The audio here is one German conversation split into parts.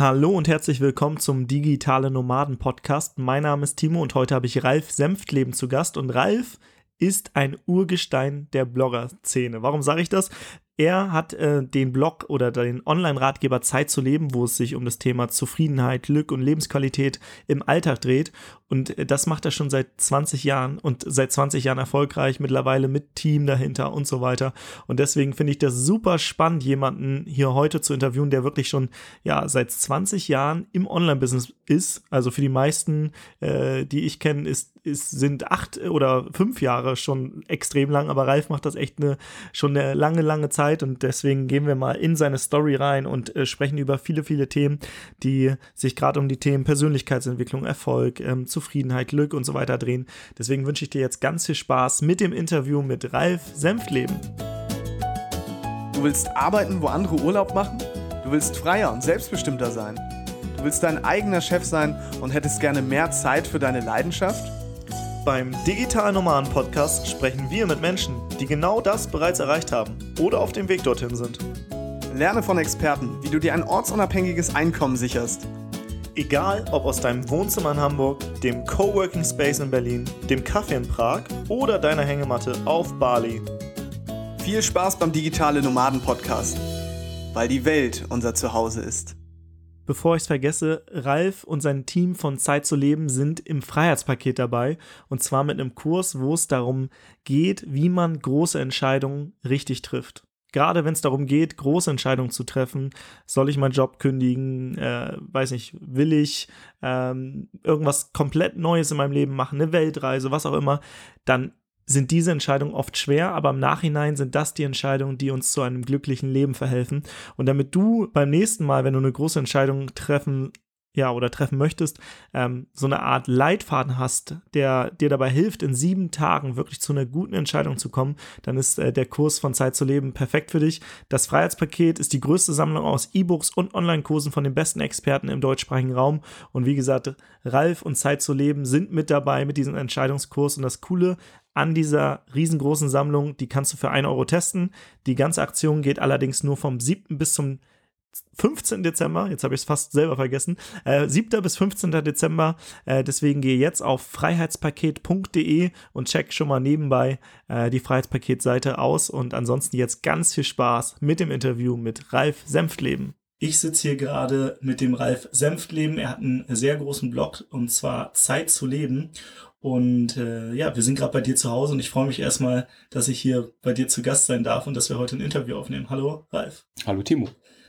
Hallo und herzlich willkommen zum Digitale Nomaden Podcast. Mein Name ist Timo und heute habe ich Ralf Senftleben zu Gast. Und Ralf ist ein Urgestein der Blogger-Szene. Warum sage ich das? Er hat den Blog oder den Online-Ratgeber Zeit zu leben, wo es sich um das Thema Zufriedenheit, Glück und Lebensqualität im Alltag dreht. Und das macht er schon seit 20 Jahren und seit 20 Jahren erfolgreich, mittlerweile mit Team dahinter und so weiter. Und deswegen finde ich das super spannend, jemanden hier heute zu interviewen, der wirklich schon seit 20 Jahren im Online-Business ist. Also für die meisten, die ich kenne, sind 8 oder 5 Jahre schon extrem lang, aber Ralf macht das echt schon eine lange Zeit und deswegen gehen wir mal in seine Story rein und sprechen über viele, viele Themen, die sich gerade um die Themen Persönlichkeitsentwicklung, Erfolg, Zufriedenheit, Glück und so weiter drehen. Deswegen wünsche ich dir jetzt ganz viel Spaß mit dem Interview mit Ralf Senftleben. Du willst arbeiten, wo andere Urlaub machen? Du willst freier und selbstbestimmter sein? Du willst dein eigener Chef sein und hättest gerne mehr Zeit für deine Leidenschaft? Beim Digitalen Nomaden Podcast sprechen wir mit Menschen, die genau das bereits erreicht haben oder auf dem Weg dorthin sind. Lerne von Experten, wie du dir ein ortsunabhängiges Einkommen sicherst. Egal, ob aus deinem Wohnzimmer in Hamburg, dem Coworking Space in Berlin, dem Café in Prag oder deiner Hängematte auf Bali. Viel Spaß beim Digitale Nomaden Podcast, weil die Welt unser Zuhause ist. Bevor ich es vergesse, Ralf und sein Team von Zeit zu leben sind im Freiheitspaket dabei und zwar mit einem Kurs, wo es darum geht, wie man große Entscheidungen richtig trifft. Gerade wenn es darum geht, große Entscheidungen zu treffen, soll ich meinen Job kündigen, will ich irgendwas komplett Neues in meinem Leben machen, eine Weltreise, was auch immer, dann sind diese Entscheidungen oft schwer, aber im Nachhinein sind das die Entscheidungen, die uns zu einem glücklichen Leben verhelfen. Und damit du beim nächsten Mal, wenn du eine große Entscheidung treffen möchtest, so eine Art Leitfaden hast, der dir dabei hilft, in 7 Tagen wirklich zu einer guten Entscheidung zu kommen, dann ist der Kurs von Zeit zu leben perfekt für dich. Das Freiheitspaket ist die größte Sammlung aus E-Books und Online-Kursen von den besten Experten im deutschsprachigen Raum. Und wie gesagt, Ralf und Zeit zu leben sind mit dabei mit diesem Entscheidungskurs. Und das Coole an dieser riesengroßen Sammlung, die kannst du für 1 Euro testen. Die ganze Aktion geht allerdings nur vom 7. bis zum 15. Dezember, jetzt habe ich es fast selber vergessen, 7. bis 15. Dezember, deswegen gehe jetzt auf freiheitspaket.de und check schon mal nebenbei die Freiheitspaket-Seite aus und ansonsten jetzt ganz viel Spaß mit dem Interview mit Ralf Senftleben. Ich sitze hier gerade mit dem Ralf Senftleben, er hat einen sehr großen Blog und zwar Zeit zu leben. Und wir sind gerade bei dir zu Hause und ich freue mich erstmal, dass ich hier bei dir zu Gast sein darf und dass wir heute ein Interview aufnehmen. Hallo, Ralf. Hallo, Timo.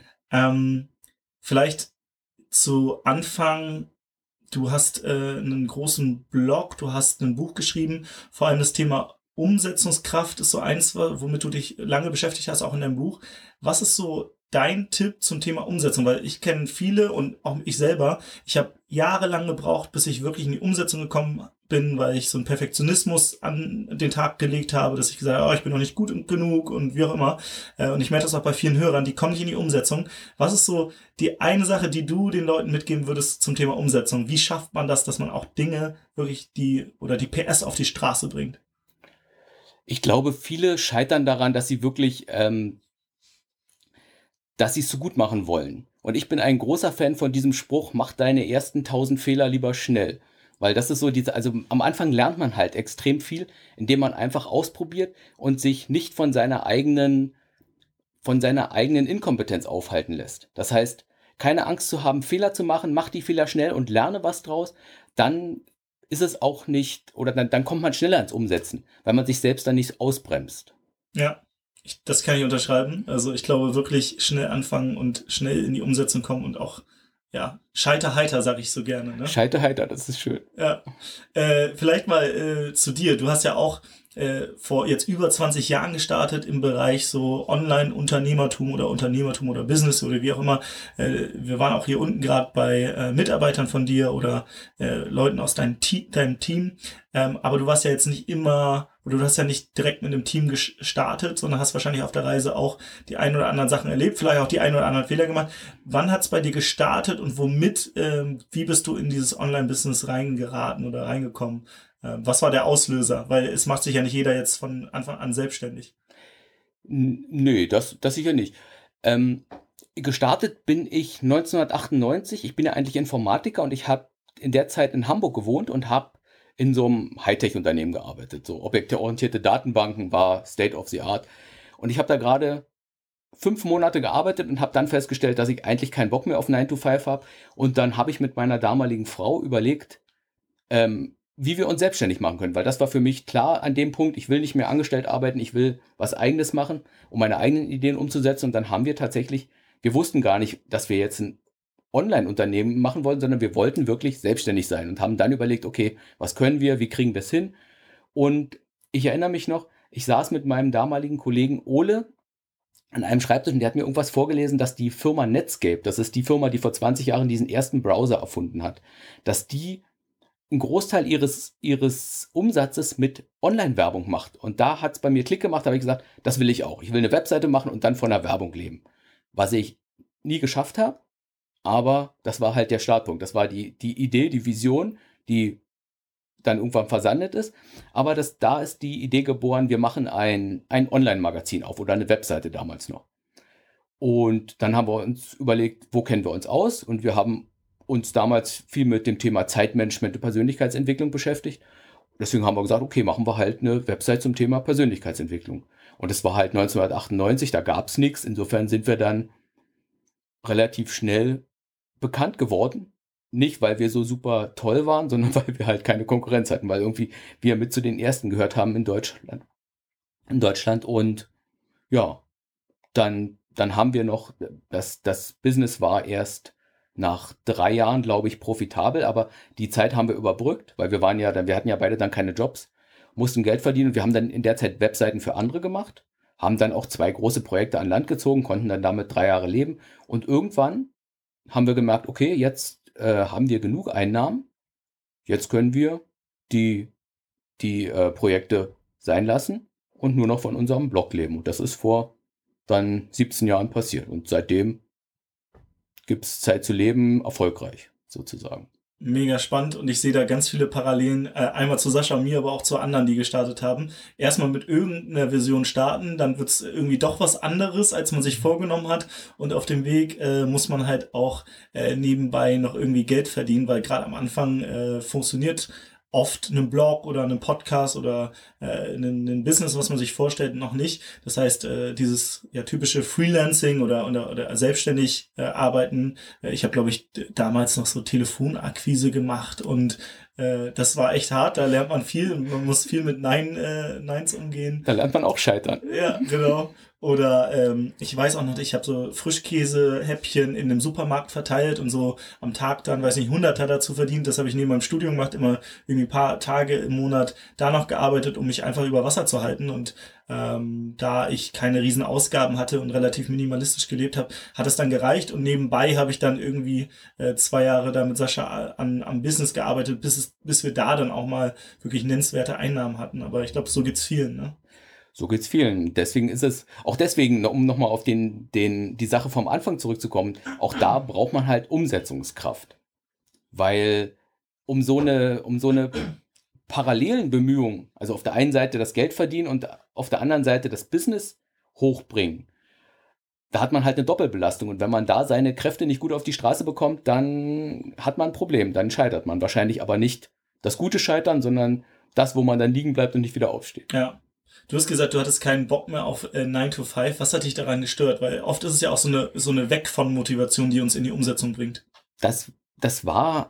Vielleicht zu Anfang, du hast einen großen Blog, du hast ein Buch geschrieben, vor allem das Thema Umsetzungskraft ist so eins, womit du dich lange beschäftigt hast, auch in deinem Buch. Was ist so dein Tipp zum Thema Umsetzung? Weil ich kenne viele und auch ich selber, ich habe jahrelang gebraucht, bis ich wirklich in die Umsetzung gekommen bin, weil ich so einen Perfektionismus an den Tag gelegt habe, dass ich gesagt habe, ich bin noch nicht gut genug und wie auch immer. Und ich merke das auch bei vielen Hörern, die kommen nicht in die Umsetzung. Was ist so die eine Sache, die du den Leuten mitgeben würdest zum Thema Umsetzung? Wie schafft man das, dass man auch Dinge wirklich die PS auf die Straße bringt? Ich glaube, viele scheitern daran, dass sie wirklich, dass sie es so gut machen wollen. Und ich bin ein großer Fan von diesem Spruch, mach deine ersten 1000 Fehler lieber schnell. Weil das ist so also am Anfang lernt man halt extrem viel, indem man einfach ausprobiert und sich nicht von seiner eigenen Inkompetenz aufhalten lässt. Das heißt, keine Angst zu haben, Fehler zu machen, mach die Fehler schnell und lerne was draus, dann ist es auch nicht, oder dann kommt man schneller ins Umsetzen, weil man sich selbst dann nicht ausbremst. Ja, das kann ich unterschreiben. Also ich glaube wirklich schnell anfangen und schnell in die Umsetzung kommen und auch Scheiterheiter, sage ich so gerne. Ne? Scheiterheiter, das ist schön. Ja, vielleicht mal zu dir. Du hast ja auch vor jetzt über 20 Jahren gestartet im Bereich so Online-Unternehmertum oder Business oder wie auch immer. Wir waren auch hier unten gerade bei Mitarbeitern von dir oder Leuten aus deinem Team. Aber du warst ja jetzt nicht immer, oder du hast ja nicht direkt mit einem Team gestartet, sondern hast wahrscheinlich auf der Reise auch die ein oder anderen Sachen erlebt, vielleicht auch die ein oder anderen Fehler gemacht. Wann hat's bei dir gestartet und womit, wie bist du in dieses Online-Business reingeraten oder reingekommen? Was war der Auslöser? Weil es macht sich ja nicht jeder jetzt von Anfang an selbstständig. Nö, das sicher nicht. gestartet bin ich 1998. Ich bin ja eigentlich Informatiker und ich habe in der Zeit in Hamburg gewohnt und habe in so einem Hightech-Unternehmen gearbeitet. So objektorientierte Datenbanken war State of the Art. Und ich habe da gerade 5 Monate gearbeitet und habe dann festgestellt, dass ich eigentlich keinen Bock mehr auf 9 to 5 habe. Und dann habe ich mit meiner damaligen Frau überlegt, wie wir uns selbstständig machen können. Weil das war für mich klar an dem Punkt, ich will nicht mehr angestellt arbeiten, ich will was Eigenes machen, um meine eigenen Ideen umzusetzen. Und dann haben wir tatsächlich, wir wussten gar nicht, dass wir jetzt ein Online-Unternehmen machen wollen, sondern wir wollten wirklich selbstständig sein und haben dann überlegt, okay, was können wir, wie kriegen wir es hin? Und ich erinnere mich noch, ich saß mit meinem damaligen Kollegen Ole an einem Schreibtisch und der hat mir irgendwas vorgelesen, dass die Firma Netscape, das ist die Firma, die vor 20 Jahren diesen ersten Browser erfunden hat, dass die einen Großteil ihres Umsatzes mit Online-Werbung macht. Und da hat es bei mir Klick gemacht, da habe ich gesagt, das will ich auch. Ich will eine Webseite machen und dann von der Werbung leben. Was ich nie geschafft habe, aber das war halt der Startpunkt. Das war die Idee, die Vision, die dann irgendwann versandet ist. Aber da ist die Idee geboren, wir machen ein Online-Magazin auf oder eine Webseite damals noch. Und dann haben wir uns überlegt, wo kennen wir uns aus? Und wir haben uns damals viel mit dem Thema Zeitmanagement und Persönlichkeitsentwicklung beschäftigt. Deswegen haben wir gesagt, okay, machen wir halt eine Website zum Thema Persönlichkeitsentwicklung. Und das war halt 1998, da gab es nichts. Insofern sind wir dann relativ schnell bekannt geworden. Nicht, weil wir so super toll waren, sondern weil wir halt keine Konkurrenz hatten, weil irgendwie wir mit zu den Ersten gehört haben in Deutschland. Und ja, dann haben wir noch, das Business war erst nach 3 Jahren, glaube ich, profitabel, aber die Zeit haben wir überbrückt, weil wir hatten ja beide dann keine Jobs, mussten Geld verdienen und wir haben dann in der Zeit Webseiten für andere gemacht, haben dann auch 2 große Projekte an Land gezogen, konnten dann damit 3 Jahre leben und irgendwann haben wir gemerkt, okay, jetzt haben wir genug Einnahmen, jetzt können wir die Projekte sein lassen und nur noch von unserem Blog leben. Und das ist vor dann 17 Jahren passiert. Und seitdem gibt es Zeit zu leben, erfolgreich sozusagen. Mega spannend und ich sehe da ganz viele Parallelen, einmal zu Sascha und mir, aber auch zu anderen, die gestartet haben. Erstmal mit irgendeiner Vision starten, dann wird es irgendwie doch was anderes, als man sich vorgenommen hat und auf dem Weg muss man halt auch nebenbei noch irgendwie Geld verdienen, weil gerade am Anfang funktioniert oft einen Blog oder einen Podcast oder ein Business, was man sich vorstellt, noch nicht. Das heißt, dieses typische Freelancing oder selbstständig arbeiten. Ich habe, glaube ich, damals noch so Telefonakquise gemacht und das war echt hart. Da lernt man viel. Man muss viel mit Neins umgehen. Da lernt man auch scheitern. Ja, genau. Oder ich weiß auch noch, ich habe so Frischkäsehäppchen in einem Supermarkt verteilt und so am Tag dann, weiß nicht, 100er dazu verdient. Das habe ich neben meinem Studium gemacht, immer irgendwie ein paar Tage im Monat da noch gearbeitet, um mich einfach über Wasser zu halten. Und da ich keine riesen Ausgaben hatte und relativ minimalistisch gelebt habe, hat es dann gereicht. Und nebenbei habe ich dann irgendwie 2 Jahre da mit Sascha am Business gearbeitet, bis wir da dann auch mal wirklich nennenswerte Einnahmen hatten. Aber ich glaube, so geht's vielen, ne? So geht's vielen. Deswegen ist es, auch deswegen, um nochmal auf die Sache vom Anfang zurückzukommen, auch da braucht man halt Umsetzungskraft. Weil um so eine parallelen Bemühungen, also auf der einen Seite das Geld verdienen und auf der anderen Seite das Business hochbringen, da hat man halt eine Doppelbelastung. Und wenn man da seine Kräfte nicht gut auf die Straße bekommt, dann hat man ein Problem. Dann scheitert man. Wahrscheinlich aber nicht das gute Scheitern, sondern das, wo man dann liegen bleibt und nicht wieder aufsteht. Ja. Du hast gesagt, du hattest keinen Bock mehr auf 9 to 5. Was hat dich daran gestört? Weil oft ist es ja auch so eine Weg von Motivation, die uns in die Umsetzung bringt. Das war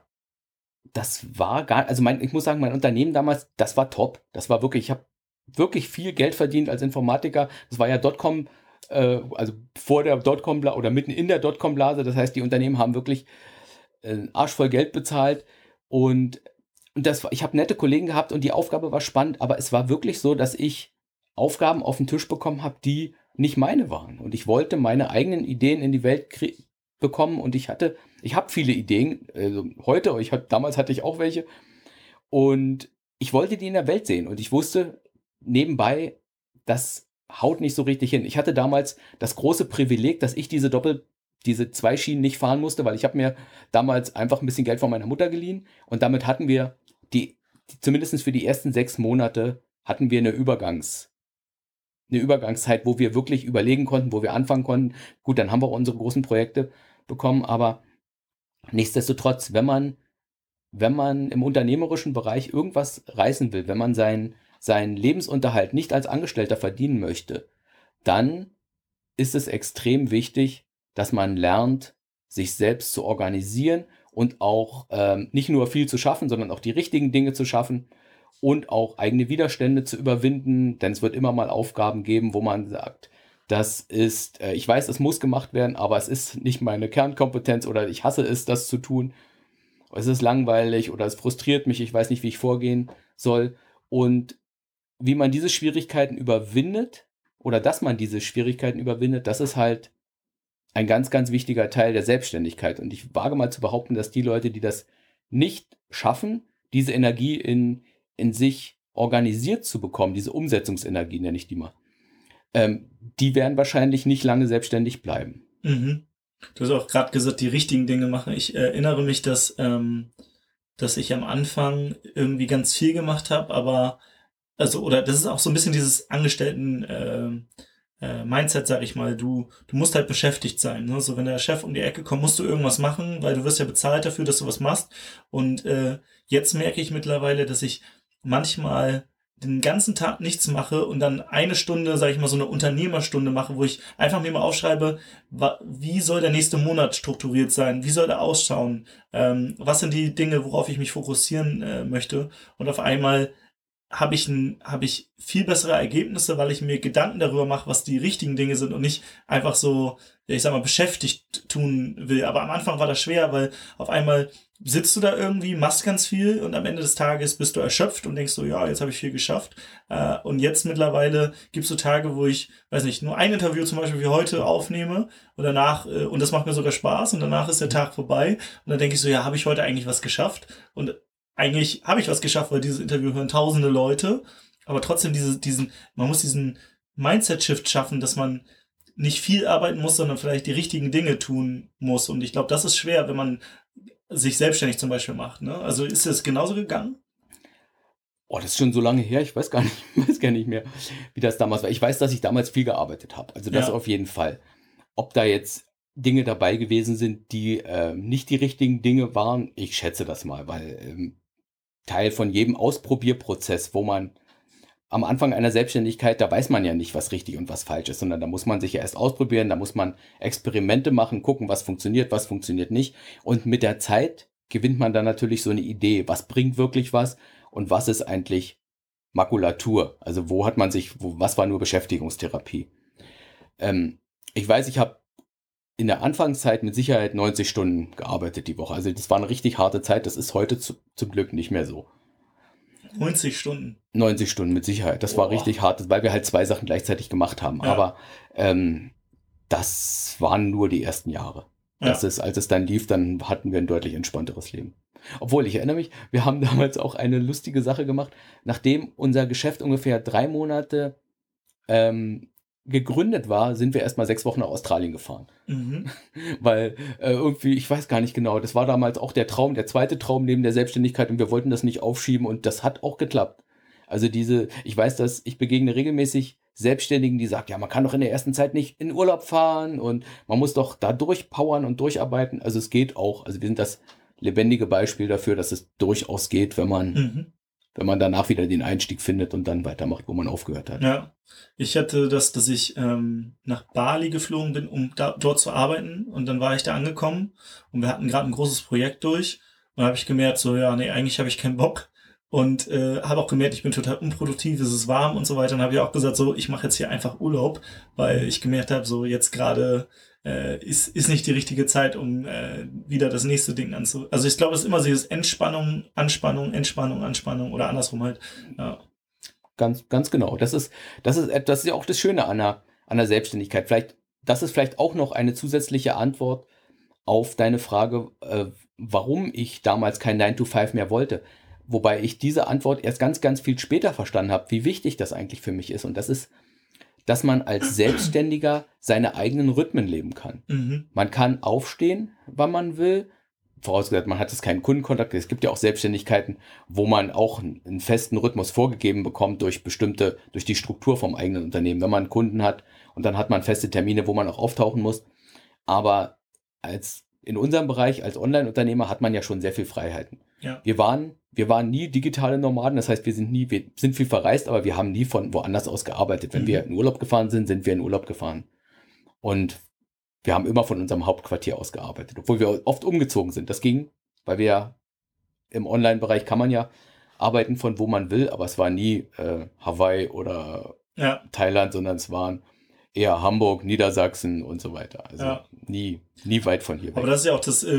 gar, also ich muss sagen, mein Unternehmen damals, das war top. Das war wirklich, ich habe wirklich viel Geld verdient als Informatiker. Das war ja Dotcom, also vor der Dotcom-Blase oder mitten in der Dotcom-Blase. Das heißt, die Unternehmen haben wirklich Arsch voll Geld bezahlt und ich habe nette Kollegen gehabt und die Aufgabe war spannend, aber es war wirklich so, dass ich Aufgaben auf den Tisch bekommen habe, die nicht meine waren. Und ich wollte meine eigenen Ideen in die Welt bekommen und ich habe viele Ideen, also heute, damals hatte ich auch welche und ich wollte die in der Welt sehen und ich wusste nebenbei, das haut nicht so richtig hin. Ich hatte damals das große Privileg, dass ich diese 2 Schienen nicht fahren musste, weil ich habe mir damals einfach ein bisschen Geld von meiner Mutter geliehen und damit hatten wir zumindest für die ersten 6 Monate hatten wir eine eine Übergangszeit, wo wir wirklich überlegen konnten, wo wir anfangen konnten. Gut, dann haben wir auch unsere großen Projekte bekommen, aber nichtsdestotrotz, wenn man im unternehmerischen Bereich irgendwas reißen will, wenn man seinen Lebensunterhalt nicht als Angestellter verdienen möchte, dann ist es extrem wichtig, dass man lernt, sich selbst zu organisieren und auch nicht nur viel zu schaffen, sondern auch die richtigen Dinge zu schaffen und auch eigene Widerstände zu überwinden, denn es wird immer mal Aufgaben geben, wo man sagt, das ist, ich weiß, es muss gemacht werden, aber es ist nicht meine Kernkompetenz oder ich hasse es, das zu tun. Es ist langweilig oder es frustriert mich, ich weiß nicht, wie ich vorgehen soll. Und wie man diese Schwierigkeiten überwindet oder dass man diese Schwierigkeiten überwindet, das ist halt ein ganz, ganz wichtiger Teil der Selbstständigkeit. Und ich wage mal zu behaupten, dass die Leute, die das nicht schaffen, diese Energie in sich organisiert zu bekommen, diese Umsetzungsenergie nenne ich die mal, die werden wahrscheinlich nicht lange selbstständig bleiben. Mhm. Du hast auch gerade gesagt, die richtigen Dinge machen. Ich erinnere mich, dass ich am Anfang irgendwie ganz viel gemacht habe, aber oder das ist auch so ein bisschen dieses Angestellten Mindset, sag ich mal. Du musst halt beschäftigt sein. Ne? So, wenn der Chef um die Ecke kommt, musst du irgendwas machen, weil du wirst ja bezahlt dafür, dass du was machst. Und jetzt merke ich mittlerweile, dass ich manchmal den ganzen Tag nichts mache und dann eine Stunde, sage ich mal, so eine Unternehmerstunde mache, wo ich einfach mir mal aufschreibe, wie soll der nächste Monat strukturiert sein, wie soll der ausschauen, was sind die Dinge, worauf ich mich fokussieren möchte, und auf einmal habe ich viel bessere Ergebnisse, weil ich mir Gedanken darüber mache, was die richtigen Dinge sind und nicht einfach so, ich sag mal, beschäftigt tun will. Aber am Anfang war das schwer, weil auf einmal sitzt du da irgendwie, machst ganz viel und am Ende des Tages bist du erschöpft und denkst so, ja, jetzt habe ich viel geschafft. Und jetzt mittlerweile gibt es so Tage, wo ich, weiß nicht, nur ein Interview zum Beispiel wie heute aufnehme und danach, und das macht mir sogar Spaß und danach ist der Tag vorbei und dann denke ich so, ja, habe ich heute eigentlich was geschafft? Und eigentlich habe ich was geschafft, weil dieses Interview hören tausende Leute, aber trotzdem man muss diesen Mindset-Shift schaffen, dass man nicht viel arbeiten muss, sondern vielleicht die richtigen Dinge tun muss. Und ich glaube, das ist schwer, wenn man sich selbstständig zum Beispiel macht. Ne? Also ist es genauso gegangen? Oh, das ist schon so lange her, ich weiß gar nicht mehr, wie das damals war. Ich weiß, dass ich damals viel gearbeitet habe, also das auf jeden Fall. Ob da jetzt Dinge dabei gewesen sind, die nicht die richtigen Dinge waren, ich schätze das mal, weil Teil von jedem Ausprobierprozess, wo man am Anfang einer Selbstständigkeit, da weiß man ja nicht, was richtig und was falsch ist, sondern da muss man sich ja erst ausprobieren, da muss man Experimente machen, gucken, was funktioniert nicht. Und mit der Zeit gewinnt man dann natürlich so eine Idee, was bringt wirklich was und was ist eigentlich Makulatur. Also was war nur Beschäftigungstherapie. Ich weiß, ich habe in der Anfangszeit mit Sicherheit 90 Stunden gearbeitet die Woche. Also das war eine richtig harte Zeit. Das ist heute zum Glück nicht mehr so. 90 Stunden? 90 Stunden mit Sicherheit. Das war richtig hart, weil wir halt 2 Sachen gleichzeitig gemacht haben. Ja. Aber das waren nur die ersten Jahre. Ja. Als es dann lief, dann hatten wir ein deutlich entspannteres Leben. Obwohl, ich erinnere mich, wir haben damals auch eine lustige Sache gemacht. Nachdem unser Geschäft ungefähr 3 Monate gegründet war, sind wir erstmal 6 Wochen nach Australien gefahren. Mhm. Weil irgendwie, ich weiß gar nicht genau, das war damals auch der zweite Traum neben der Selbstständigkeit und wir wollten das nicht aufschieben und das hat auch geklappt. Also ich weiß, dass ich begegne regelmäßig Selbstständigen, die sagen, ja, man kann doch in der ersten Zeit nicht in Urlaub fahren und man muss doch da durchpowern und durcharbeiten. Also es geht auch. Also wir sind das lebendige Beispiel dafür, dass es durchaus geht, wenn man danach wieder den Einstieg findet und dann weitermacht, wo man aufgehört hat. Ja, ich hatte dass ich nach Bali geflogen bin, um dort zu arbeiten und dann war ich da angekommen und wir hatten gerade ein großes Projekt durch und da habe ich gemerkt, so ja, nee, eigentlich habe ich keinen Bock und habe auch gemerkt, ich bin total unproduktiv, es ist warm und so weiter und habe ja auch gesagt, so ich mache jetzt hier einfach Urlaub, weil ich gemerkt habe, so jetzt gerade ist nicht die richtige Zeit, um wieder das nächste Ding Also ich glaube, es ist immer so dieses Entspannung, Anspannung, Entspannung, Anspannung oder andersrum halt. Ja. Ganz, ganz genau. Das ist ja auch das Schöne an der Selbstständigkeit. Das ist vielleicht auch noch eine zusätzliche Antwort auf deine Frage, warum ich damals kein 9-to-5 mehr wollte. Wobei ich diese Antwort erst ganz, ganz viel später verstanden habe, wie wichtig das eigentlich für mich ist. Und das ist, dass man als Selbstständiger seine eigenen Rhythmen leben kann. Mhm. Man kann aufstehen, wann man will, vorausgesetzt, man hat jetzt keinen Kundenkontakt. Es gibt ja auch Selbstständigkeiten, wo man auch einen festen Rhythmus vorgegeben bekommt durch die Struktur vom eigenen Unternehmen. Wenn man einen Kunden hat und dann hat man feste Termine, wo man auch auftauchen muss. Aber in unserem Bereich als Online-Unternehmer hat man ja schon sehr viel Freiheiten. Ja. Wir waren nie digitale Nomaden, das heißt, wir sind viel verreist, aber wir haben nie von woanders aus gearbeitet. Wenn wir in Urlaub gefahren sind, sind wir in Urlaub gefahren. Und wir haben immer von unserem Hauptquartier aus gearbeitet, obwohl wir oft umgezogen sind. Das ging, weil wir im Online-Bereich kann man ja arbeiten von wo man will, aber es war nie Hawaii oder Thailand, sondern es waren eher Hamburg, Niedersachsen und so weiter. Also nie weit von hier weg. Aber das ist ja auch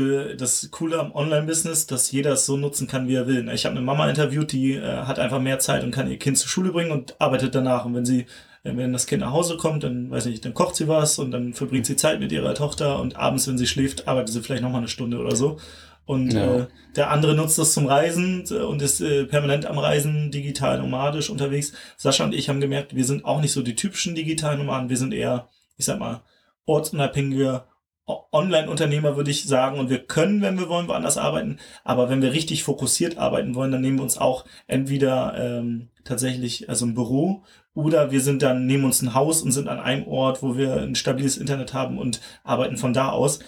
das Coole am Online-Business, dass jeder es so nutzen kann, wie er will. Ich habe eine Mama interviewt, die hat einfach mehr Zeit und kann ihr Kind zur Schule bringen und arbeitet danach. Und wenn das Kind nach Hause kommt, dann dann kocht sie was und dann verbringt sie Zeit mit ihrer Tochter und abends, wenn sie schläft, arbeitet sie vielleicht nochmal eine Stunde oder so. Und der andere nutzt das zum Reisen und ist permanent am Reisen, digital nomadisch unterwegs. Sascha und ich haben gemerkt, wir sind auch nicht so die typischen digitalen Nomaden. Wir sind eher, ich sag mal, ortsunabhängige Online-Unternehmer, würde ich sagen. Und wir können, wenn wir wollen, woanders arbeiten. Aber wenn wir richtig fokussiert arbeiten wollen, dann nehmen wir uns auch entweder tatsächlich ein Büro oder nehmen uns ein Haus und sind an einem Ort, wo wir ein stabiles Internet haben und arbeiten von da aus.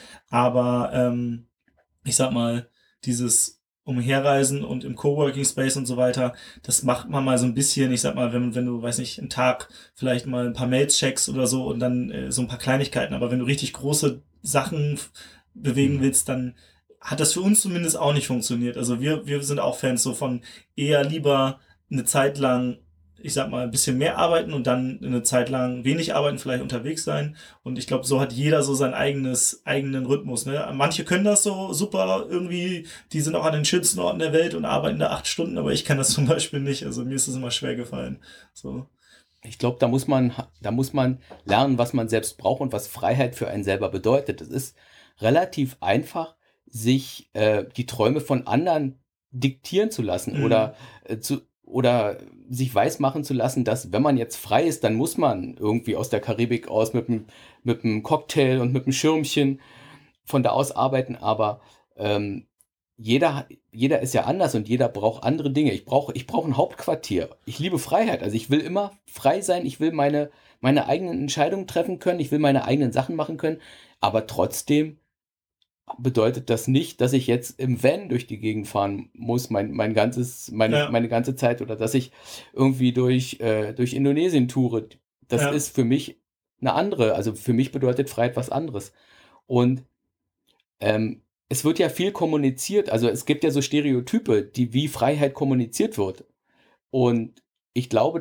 Aber ich sag mal, dieses Umherreisen und im Coworking Space und so weiter, das macht man mal so ein bisschen, ich sag mal, wenn du, weiß nicht, einen Tag vielleicht mal ein paar Mails checkst oder so und dann so ein paar Kleinigkeiten, aber wenn du richtig große Sachen bewegen willst, dann hat das für uns zumindest auch nicht funktioniert. Also wir sind auch Fans so von eher lieber eine Zeit lang, ich sag mal, ein bisschen mehr arbeiten und dann eine Zeit lang wenig arbeiten, vielleicht unterwegs sein. Und ich glaube, so hat jeder so seinen eigenen Rhythmus. Ne? Manche können das so super irgendwie, die sind auch an den schönsten Orten der Welt und arbeiten da 8 Stunden, aber ich kann das zum Beispiel nicht. Also mir ist das immer schwer gefallen. So. Ich glaube, da muss man lernen, was man selbst braucht und was Freiheit für einen selber bedeutet. Es ist relativ einfach, sich die Träume von anderen diktieren zu lassen oder sich weismachen zu lassen, dass wenn man jetzt frei ist, dann muss man irgendwie aus der Karibik aus mit einem Cocktail und mit einem Schirmchen von da aus arbeiten, aber jeder ist ja anders und jeder braucht andere Dinge. Ich brauche ein Hauptquartier. Ich liebe Freiheit, also ich will immer frei sein, ich will meine eigenen Entscheidungen treffen können, ich will meine eigenen Sachen machen können, aber trotzdem bedeutet das nicht, dass ich jetzt im Van durch die Gegend fahren muss, meine ganze Zeit oder dass ich irgendwie durch Indonesien toure. Das ist für mich eine andere, also für mich bedeutet Freiheit was anderes. Und es wird ja viel kommuniziert, also es gibt ja so Stereotype, wie Freiheit kommuniziert wird. Und ich glaube,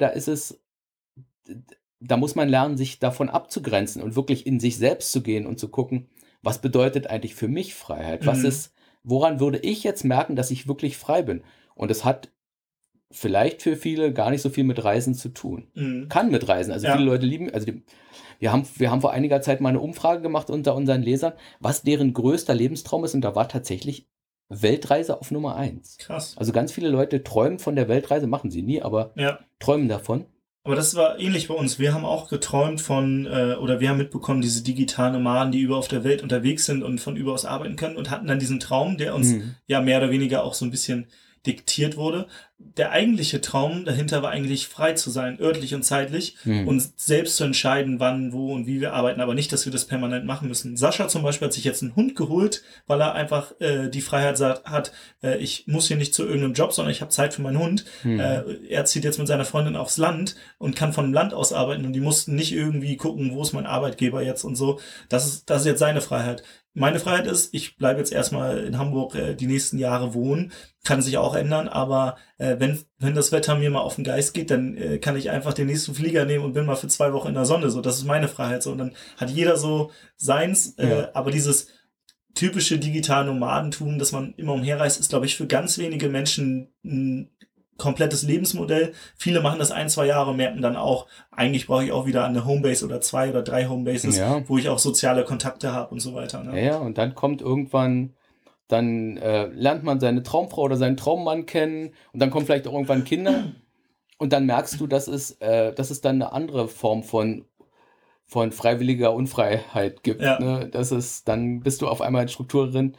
da muss man lernen, sich davon abzugrenzen und wirklich in sich selbst zu gehen und zu gucken, was bedeutet eigentlich für mich Freiheit? Woran würde ich jetzt merken, dass ich wirklich frei bin? Und es hat vielleicht für viele gar nicht so viel mit Reisen zu tun. Kann mit Reisen. Also viele Leute lieben, wir haben vor einiger Zeit mal eine Umfrage gemacht unter unseren Lesern, was deren größter Lebenstraum ist. Und da war tatsächlich Weltreise auf Nummer 1. Krass. Also ganz viele Leute träumen von der Weltreise, machen sie nie, aber träumen davon. Aber das war ähnlich bei uns. Wir haben auch geträumt oder wir haben mitbekommen, diese digitalen Nomaden, die überall auf der Welt unterwegs sind und von überaus arbeiten können und hatten dann diesen Traum, der uns ja mehr oder weniger auch so ein bisschen diktiert wurde. Der eigentliche Traum dahinter war eigentlich frei zu sein, örtlich und zeitlich und selbst zu entscheiden, wann, wo und wie wir arbeiten, aber nicht, dass wir das permanent machen müssen. Sascha zum Beispiel hat sich jetzt einen Hund geholt, weil er einfach die Freiheit hat, ich muss hier nicht zu irgendeinem Job, sondern ich habe Zeit für meinen Hund. Er zieht jetzt mit seiner Freundin aufs Land und kann von dem Land aus arbeiten und die mussten nicht irgendwie gucken, wo ist mein Arbeitgeber jetzt und so. Das ist jetzt seine Freiheit. Meine Freiheit ist, ich bleibe jetzt erstmal in Hamburg die nächsten Jahre wohnen, kann sich auch ändern, aber wenn das Wetter mir mal auf den Geist geht, dann kann ich einfach den nächsten Flieger nehmen und bin mal für 2 Wochen in der Sonne. So, das ist meine Freiheit. So, und dann hat jeder so seins, aber dieses typische digitale Nomadentum, dass man immer umherreist, ist, glaube ich, für ganz wenige Menschen ein komplettes Lebensmodell. Viele machen das 1-2 Jahre und merken dann auch, eigentlich brauche ich auch wieder eine Homebase oder 2 oder 3 Homebases, wo ich auch soziale Kontakte habe und so weiter. Ne? Ja, und dann kommt irgendwann, lernt man seine Traumfrau oder seinen Traummann kennen und dann kommen vielleicht auch irgendwann Kinder und dann merkst du, dass es dann eine andere Form von freiwilliger Unfreiheit gibt. Ja. Ne? Dann bist du auf einmal in Strukturen drin,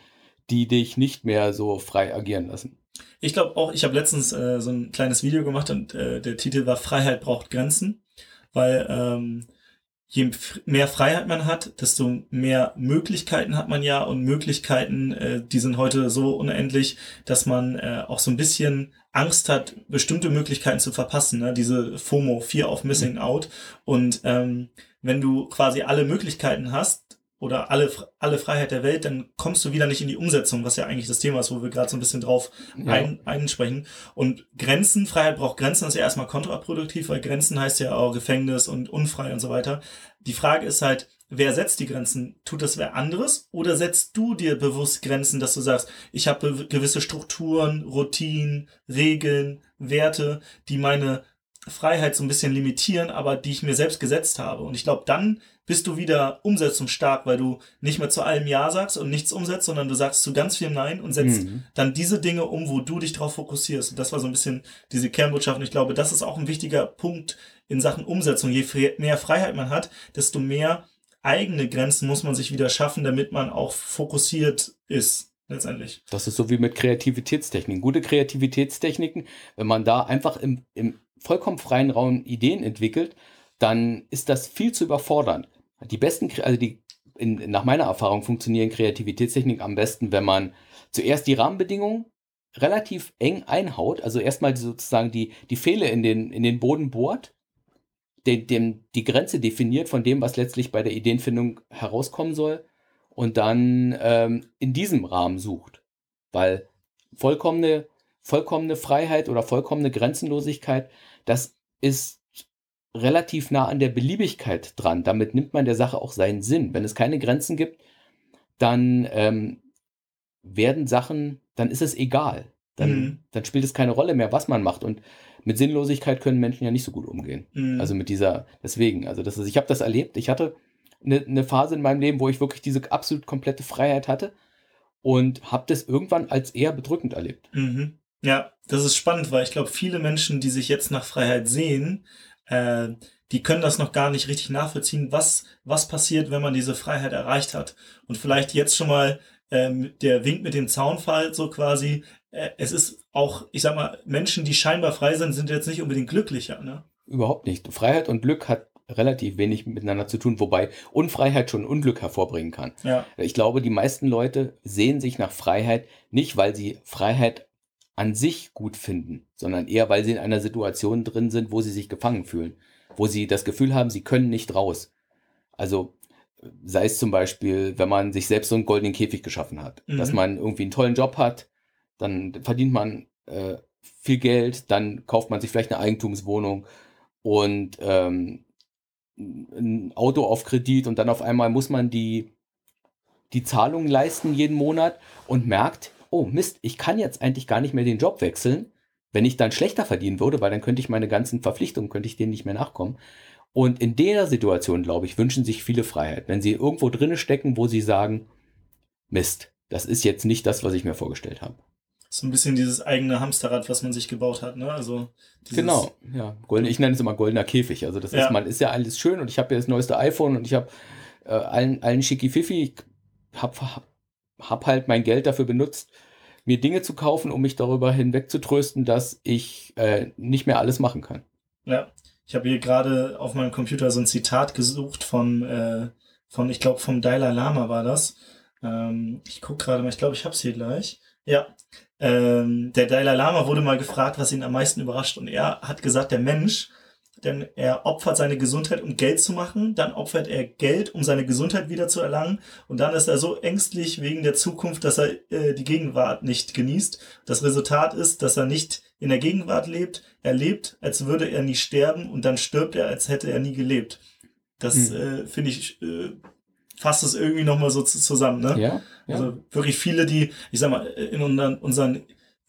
die dich nicht mehr so frei agieren lassen. Ich glaube auch, ich habe letztens so ein kleines Video gemacht und der Titel war Freiheit braucht Grenzen, weil je mehr Freiheit man hat, desto mehr Möglichkeiten hat man ja und Möglichkeiten, die sind heute so unendlich, dass man auch so ein bisschen Angst hat, bestimmte Möglichkeiten zu verpassen, ne? Diese FOMO, Fear of Missing Out. Und wenn du quasi alle Möglichkeiten hast oder alle Freiheit der Welt, dann kommst du wieder nicht in die Umsetzung, was ja eigentlich das Thema ist, wo wir gerade so ein bisschen drauf einsprechen. Und Grenzen, Freiheit braucht Grenzen, ist ja erstmal kontraproduktiv, weil Grenzen heißt ja auch Gefängnis und unfrei und so weiter. Die Frage ist halt, wer setzt die Grenzen? Tut das wer anderes? Oder setzt du dir bewusst Grenzen, dass du sagst, ich habe gewisse Strukturen, Routinen, Regeln, Werte, die meine Freiheit so ein bisschen limitieren, aber die ich mir selbst gesetzt habe. Und ich glaube, dann bist du wieder umsetzungsstark, weil du nicht mehr zu allem Ja sagst und nichts umsetzt, sondern du sagst zu ganz viel Nein und setzt dann diese Dinge um, wo du dich drauf fokussierst. Und das war so ein bisschen diese Kernbotschaft. Und ich glaube, das ist auch ein wichtiger Punkt in Sachen Umsetzung. Je mehr Freiheit man hat, desto mehr eigene Grenzen muss man sich wieder schaffen, damit man auch fokussiert ist, letztendlich. Das ist so wie mit Kreativitätstechniken. Gute Kreativitätstechniken, wenn man da einfach im vollkommen freien Raum Ideen entwickelt, dann ist das viel zu überfordernd. Die besten, also nach meiner Erfahrung funktionieren Kreativitätstechniken am besten, wenn man zuerst die Rahmenbedingungen relativ eng einhaut, also erstmal sozusagen die Pfähle in den Boden bohrt, die Grenze definiert von dem, was letztlich bei der Ideenfindung herauskommen soll und dann in diesem Rahmen sucht. Weil vollkommene Freiheit oder vollkommene Grenzenlosigkeit, das ist relativ nah an der Beliebigkeit dran. Damit nimmt man der Sache auch seinen Sinn. Wenn es keine Grenzen gibt, dann dann ist es egal. Dann spielt es keine Rolle mehr, was man macht. Und mit Sinnlosigkeit können Menschen ja nicht so gut umgehen. Also deswegen, ich habe das erlebt. Ich hatte eine Phase in meinem Leben, wo ich wirklich diese absolut komplette Freiheit hatte und habe das irgendwann als eher bedrückend erlebt. Ja, das ist spannend, weil ich glaube, viele Menschen, die sich jetzt nach Freiheit sehen, die können das noch gar nicht richtig nachvollziehen, was passiert, wenn man diese Freiheit erreicht hat. Und vielleicht jetzt schon mal der Wink mit dem Zaunpfahl so quasi, es ist auch, ich sag mal, Menschen, die scheinbar frei sind jetzt nicht unbedingt glücklicher, ne? Überhaupt nicht. Freiheit und Glück hat relativ wenig miteinander zu tun, wobei Unfreiheit schon Unglück hervorbringen kann. Ja. Ich glaube, die meisten Leute sehen sich nach Freiheit nicht, weil sie Freiheit an sich gut finden, sondern eher, weil sie in einer Situation drin sind, wo sie sich gefangen fühlen, wo sie das Gefühl haben, sie können nicht raus. Also sei es zum Beispiel, wenn man sich selbst so einen goldenen Käfig geschaffen hat, dass man irgendwie einen tollen Job hat, dann verdient man viel Geld, dann kauft man sich vielleicht eine Eigentumswohnung und ein Auto auf Kredit und dann auf einmal muss man die Zahlungen leisten jeden Monat und merkt, oh Mist, ich kann jetzt eigentlich gar nicht mehr den Job wechseln, wenn ich dann schlechter verdienen würde, weil dann könnte ich meine ganzen Verpflichtungen, denen nicht mehr nachkommen. Und in der Situation, glaube ich, wünschen sich viele Freiheit, wenn sie irgendwo drinne stecken, wo sie sagen, Mist, das ist jetzt nicht das, was ich mir vorgestellt habe. So ein bisschen dieses eigene Hamsterrad, was man sich gebaut hat, ne? Also genau, ja. Ich nenne es immer goldener Käfig. Also das ist ja alles schön und ich habe ja das neueste iPhone und ich habe allen Schicki-Fifi. Ich hab halt mein Geld dafür benutzt, mir Dinge zu kaufen, um mich darüber hinwegzutrösten, dass ich nicht mehr alles machen kann. Ja, ich habe hier gerade auf meinem Computer so ein Zitat gesucht von ich glaube, vom Dalai Lama war das. Ich gucke gerade mal, ich glaube, ich habe es hier gleich. Ja, der Dalai Lama wurde mal gefragt, was ihn am meisten überrascht. Und er hat gesagt, der Mensch, denn er opfert seine Gesundheit, um Geld zu machen. Dann opfert er Geld, um seine Gesundheit wieder zu erlangen. Und dann ist er so ängstlich wegen der Zukunft, dass er die Gegenwart nicht genießt. Das Resultat ist, dass er nicht in der Gegenwart lebt. Er lebt, als würde er nie sterben. Und dann stirbt er, als hätte er nie gelebt. Das finde ich, fasst es irgendwie nochmal so zusammen. Ne? Ja. Also wirklich viele, die, ich sag mal, in unseren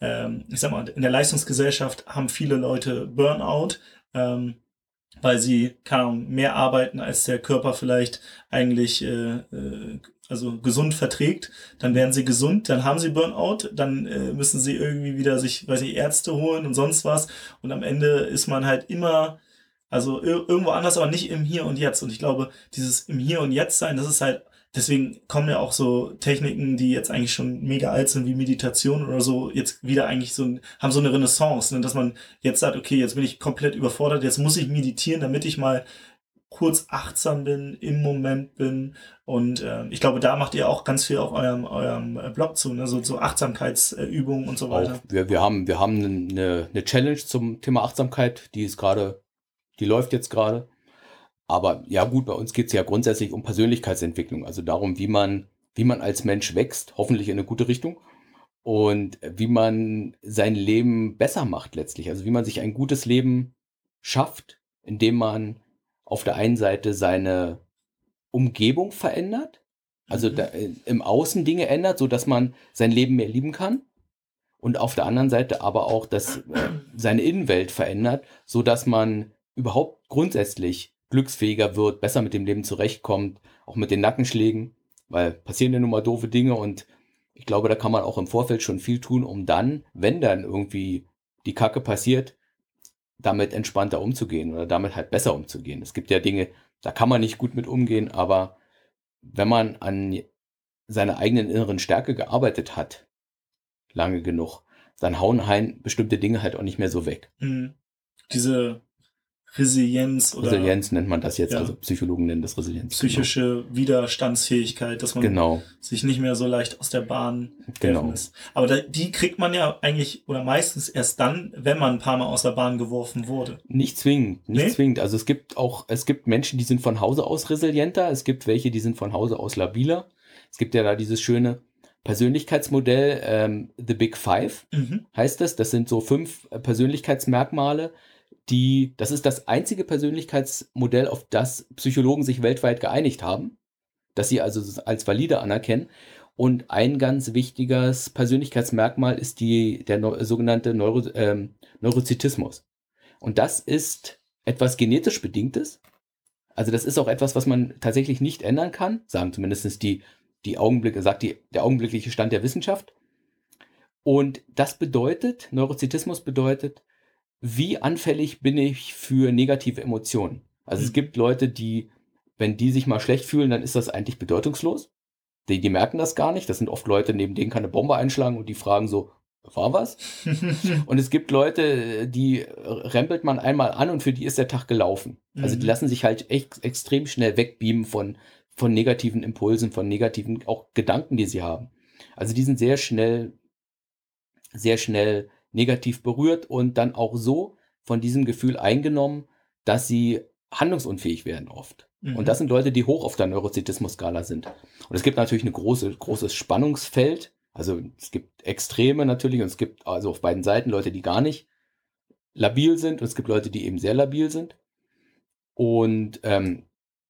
in der Leistungsgesellschaft haben viele Leute Burnout, weil sie mehr arbeiten, als der Körper vielleicht eigentlich gesund verträgt. Dann werden sie gesund, dann haben sie Burnout, dann müssen sie irgendwie wieder sich, Ärzte holen und sonst was. Und am Ende ist man halt immer, also irgendwo anders, aber nicht im Hier und Jetzt. Und ich glaube, dieses im Hier und Jetzt sein, das ist halt deswegen kommen ja auch so Techniken, die jetzt eigentlich schon mega alt sind, wie Meditation oder so, jetzt wieder eigentlich haben so eine Renaissance, ne? Dass man jetzt sagt, okay, jetzt bin ich komplett überfordert, jetzt muss ich meditieren, damit ich mal kurz achtsam bin, im Moment bin. Und ich glaube, da macht ihr auch ganz viel auf eurem Blog zu, ne? So Achtsamkeitsübungen und so weiter. Auch wir haben eine Challenge zum Thema Achtsamkeit, die läuft jetzt gerade. Aber ja gut, bei uns geht es ja grundsätzlich um Persönlichkeitsentwicklung, also darum, wie man als Mensch wächst, hoffentlich in eine gute Richtung, und wie man sein Leben besser macht letztlich. Also wie man sich ein gutes Leben schafft, indem man auf der einen Seite seine Umgebung verändert, also im Außen Dinge ändert, sodass man sein Leben mehr lieben kann. Und auf der anderen Seite aber auch seine Innenwelt verändert, sodass man überhaupt grundsätzlich glücksfähiger wird, besser mit dem Leben zurechtkommt, auch mit den Nackenschlägen, weil passieren ja nun mal doofe Dinge, und ich glaube, da kann man auch im Vorfeld schon viel tun, um dann, wenn dann irgendwie die Kacke passiert, damit entspannter umzugehen oder damit halt besser umzugehen. Es gibt ja Dinge, da kann man nicht gut mit umgehen, aber wenn man an seiner eigenen inneren Stärke gearbeitet hat, lange genug, dann hauen einen bestimmte Dinge halt auch nicht mehr so weg. Diese Resilienz nennt man das jetzt, also Psychologen nennen das Resilienz. Psychische Widerstandsfähigkeit, dass man sich nicht mehr so leicht aus der Bahn werfen lässt. Aber die kriegt man ja eigentlich oder meistens erst dann, wenn man ein paar Mal aus der Bahn geworfen wurde. Nicht zwingend. Also es gibt Menschen, die sind von Hause aus resilienter, es gibt welche, die sind von Hause aus labiler. Es gibt ja da dieses schöne Persönlichkeitsmodell, The Big Five heißt das. Das sind so 5 Persönlichkeitsmerkmale, das ist das einzige Persönlichkeitsmodell, auf das Psychologen sich weltweit geeinigt haben, das sie also als valide anerkennen. Und ein ganz wichtiges Persönlichkeitsmerkmal ist der sogenannte Neurozitismus. Und das ist etwas genetisch Bedingtes. Also das ist auch etwas, was man tatsächlich nicht ändern kann, sagen zumindest der augenblickliche Stand der Wissenschaft. Und Neurozitismus bedeutet, wie anfällig bin ich für negative Emotionen? Also es gibt Leute, wenn die sich mal schlecht fühlen, dann ist das eigentlich bedeutungslos. Die merken das gar nicht. Das sind oft Leute, neben denen kann eine Bombe einschlagen und die fragen so, war was? Und es gibt Leute, die rempelt man einmal an und für die ist der Tag gelaufen. Also die lassen sich halt echt extrem schnell wegbeamen von negativen Impulsen, von negativen auch Gedanken, die sie haben. Also die sind sehr schnell negativ berührt und dann auch so von diesem Gefühl eingenommen, dass sie handlungsunfähig werden oft. Und das sind Leute, die hoch auf der Neurozitismus-Skala sind. Und es gibt natürlich ein großes Spannungsfeld. Also es gibt Extreme natürlich und es gibt also auf beiden Seiten Leute, die gar nicht labil sind und es gibt Leute, die eben sehr labil sind. Und kann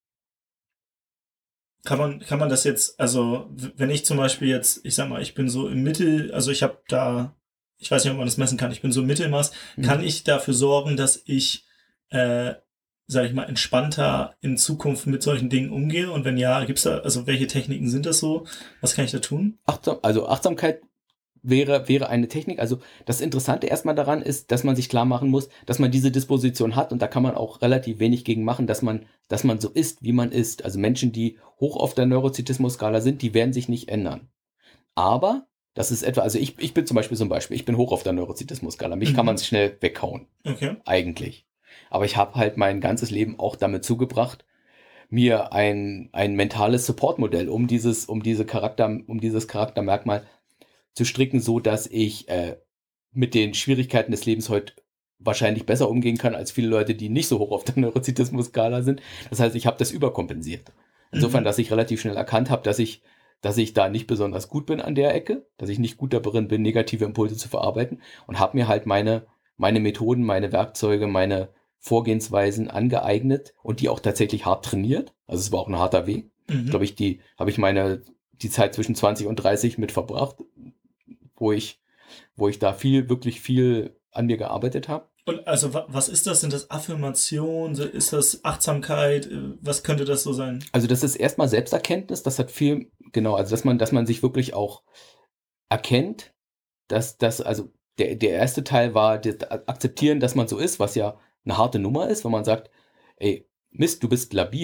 man das jetzt, also wenn ich zum Beispiel jetzt, ich sag mal, ich bin so im Mittel, also ich weiß nicht, ob man das messen kann, ich bin so im Mittelmaß, kann ich dafür sorgen, dass ich, sag ich mal, entspannter in Zukunft mit solchen Dingen umgehe? Und wenn ja, gibt's da, also welche Techniken sind das so? Was kann ich da tun? Achtsamkeit wäre eine Technik. Also das Interessante erstmal daran ist, dass man sich klar machen muss, dass man diese Disposition hat und da kann man auch relativ wenig gegen machen, dass man so ist, wie man ist. Also Menschen, die hoch auf der Neurozitismus-Skala sind, die werden sich nicht ändern. Aber das ist etwa, also ich bin zum Beispiel ich bin hoch auf der Neurozitismus-Skala. Mich kann man schnell weghauen. Okay. Eigentlich. Aber ich habe halt mein ganzes Leben auch damit zugebracht, mir ein mentales Supportmodell um dieses Charaktermerkmal zu stricken, so dass ich mit den Schwierigkeiten des Lebens heute wahrscheinlich besser umgehen kann als viele Leute, die nicht so hoch auf der Neurozitismus-Skala sind. Das heißt, ich habe das überkompensiert. Insofern, dass ich relativ schnell erkannt habe, dass ich da nicht besonders gut bin an der Ecke, dass ich nicht gut darin bin, negative Impulse zu verarbeiten und habe mir halt meine Methoden, meine Werkzeuge, meine Vorgehensweisen angeeignet und die auch tatsächlich hart trainiert. Also es war auch ein harter Weg. Glaube ich, die die Zeit zwischen 20 und 30 mit verbracht, wo ich da wirklich viel an mir gearbeitet habe. Und also was ist das? Sind das Affirmationen? Ist das Achtsamkeit? Was könnte das so sein? Also das ist erstmal Selbsterkenntnis. Das hat viel, genau, also dass man sich wirklich auch erkennt, dass das, also der erste Teil war das Akzeptieren, dass man so ist, was ja eine harte Nummer ist, wenn man sagt, ey, Mist, du bist labil.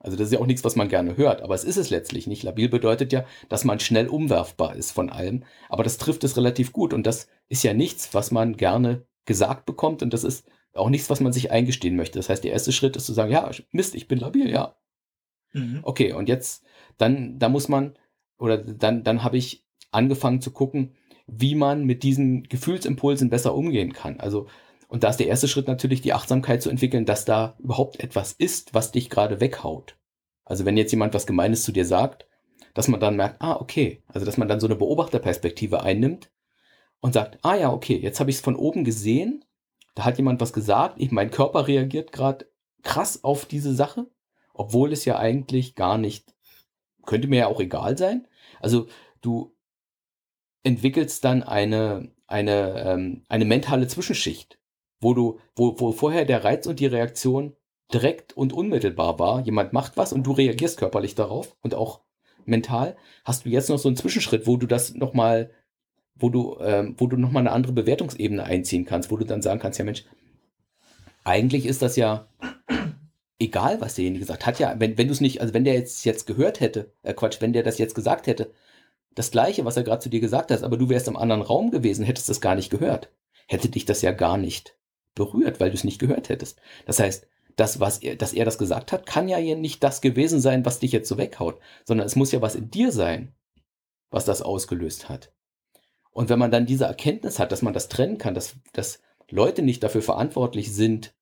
Also das ist ja auch nichts, was man gerne hört, aber es ist es letztlich nicht. Labil bedeutet ja, dass man schnell umwerfbar ist von allem, aber das trifft es relativ gut und das ist ja nichts, was man gerne gesagt bekommt und das ist auch nichts, was man sich eingestehen möchte. Das heißt, der erste Schritt ist zu sagen, ja, Mist, ich bin labil, ja. Okay, und jetzt, da muss man, oder dann habe ich angefangen zu gucken, wie man mit diesen Gefühlsimpulsen besser umgehen kann. Also, und da ist der erste Schritt natürlich, die Achtsamkeit zu entwickeln, dass da überhaupt etwas ist, was dich gerade weghaut. Also, wenn jetzt jemand was Gemeines zu dir sagt, dass man dann merkt, okay, also dass man dann so eine Beobachterperspektive einnimmt und sagt, ja, okay, jetzt habe ich es von oben gesehen, da hat jemand was gesagt, mein Körper reagiert gerade krass auf diese Sache, obwohl es ja eigentlich gar nicht, könnte mir ja auch egal sein. Also du entwickelst dann eine mentale Zwischenschicht, wo vorher der Reiz und die Reaktion direkt und unmittelbar war. Jemand macht was und du reagierst körperlich darauf und auch mental. Hast du jetzt noch so einen Zwischenschritt, wo du das nochmal, wo du nochmal eine andere Bewertungsebene einziehen kannst, wo du dann sagen kannst, ja Mensch, eigentlich ist das ja egal, was derjenige gesagt hat. Ja, wenn du es nicht, also wenn der jetzt gehört hätte, wenn der das jetzt gesagt hätte, das Gleiche, was er gerade zu dir gesagt hat, aber du wärst im anderen Raum gewesen, hättest das gar nicht gehört. Hätte dich das ja gar nicht berührt, weil du es nicht gehört hättest. Das heißt, dass er das gesagt hat, kann ja hier nicht das gewesen sein, was dich jetzt so weghaut, sondern es muss ja was in dir sein, was das ausgelöst hat. Und wenn man dann diese Erkenntnis hat, dass man das trennen kann, dass Leute nicht dafür verantwortlich sind,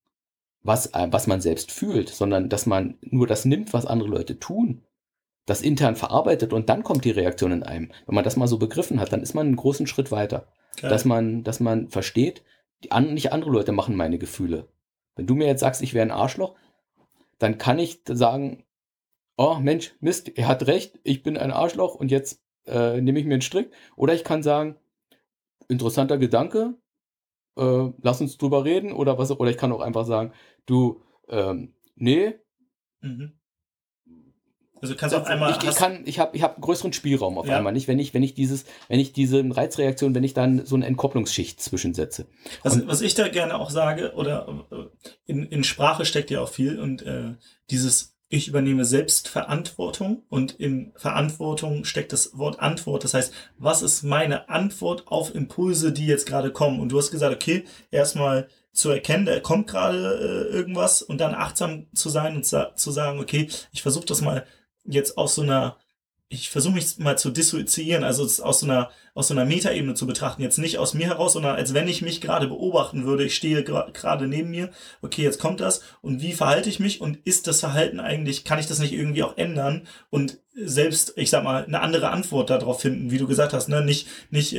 was man selbst fühlt, sondern dass man nur das nimmt, was andere Leute tun, das intern verarbeitet und dann kommt die Reaktion in einem. Wenn man das mal so begriffen hat, dann ist man einen großen Schritt weiter. Okay. Dass man versteht, nicht andere Leute machen meine Gefühle. Wenn du mir jetzt sagst, ich wäre ein Arschloch, dann kann ich sagen, oh Mensch, Mist, er hat recht, ich bin ein Arschloch und jetzt nehme ich mir einen Strick. Oder ich kann sagen, interessanter Gedanke, lass uns drüber reden oder was, oder ich kann auch einfach sagen, du, nee. Mhm. Also kannst auch einmal. Ich habe einen größeren Spielraum auf einmal, nicht? Wenn ich diese Reizreaktion, wenn ich dann so eine Entkopplungsschicht zwischensetze. Was ich da gerne auch sage, oder in Sprache steckt ja auch viel und ich übernehme Selbstverantwortung und in Verantwortung steckt das Wort Antwort. Das heißt, was ist meine Antwort auf Impulse, die jetzt gerade kommen? Und du hast gesagt, okay, erstmal zu erkennen, da kommt gerade irgendwas und dann achtsam zu sein und zu sagen, okay, ich versuche das mal jetzt ich versuche mich mal zu dissoziieren, also aus so einer Metaebene zu betrachten, jetzt nicht aus mir heraus, sondern als wenn ich mich gerade beobachten würde, ich stehe gerade neben mir, okay, jetzt kommt das und wie verhalte ich mich und ist das Verhalten eigentlich, kann ich das nicht irgendwie auch ändern und selbst, ich sag mal, eine andere Antwort darauf finden, wie du gesagt hast, ne, nicht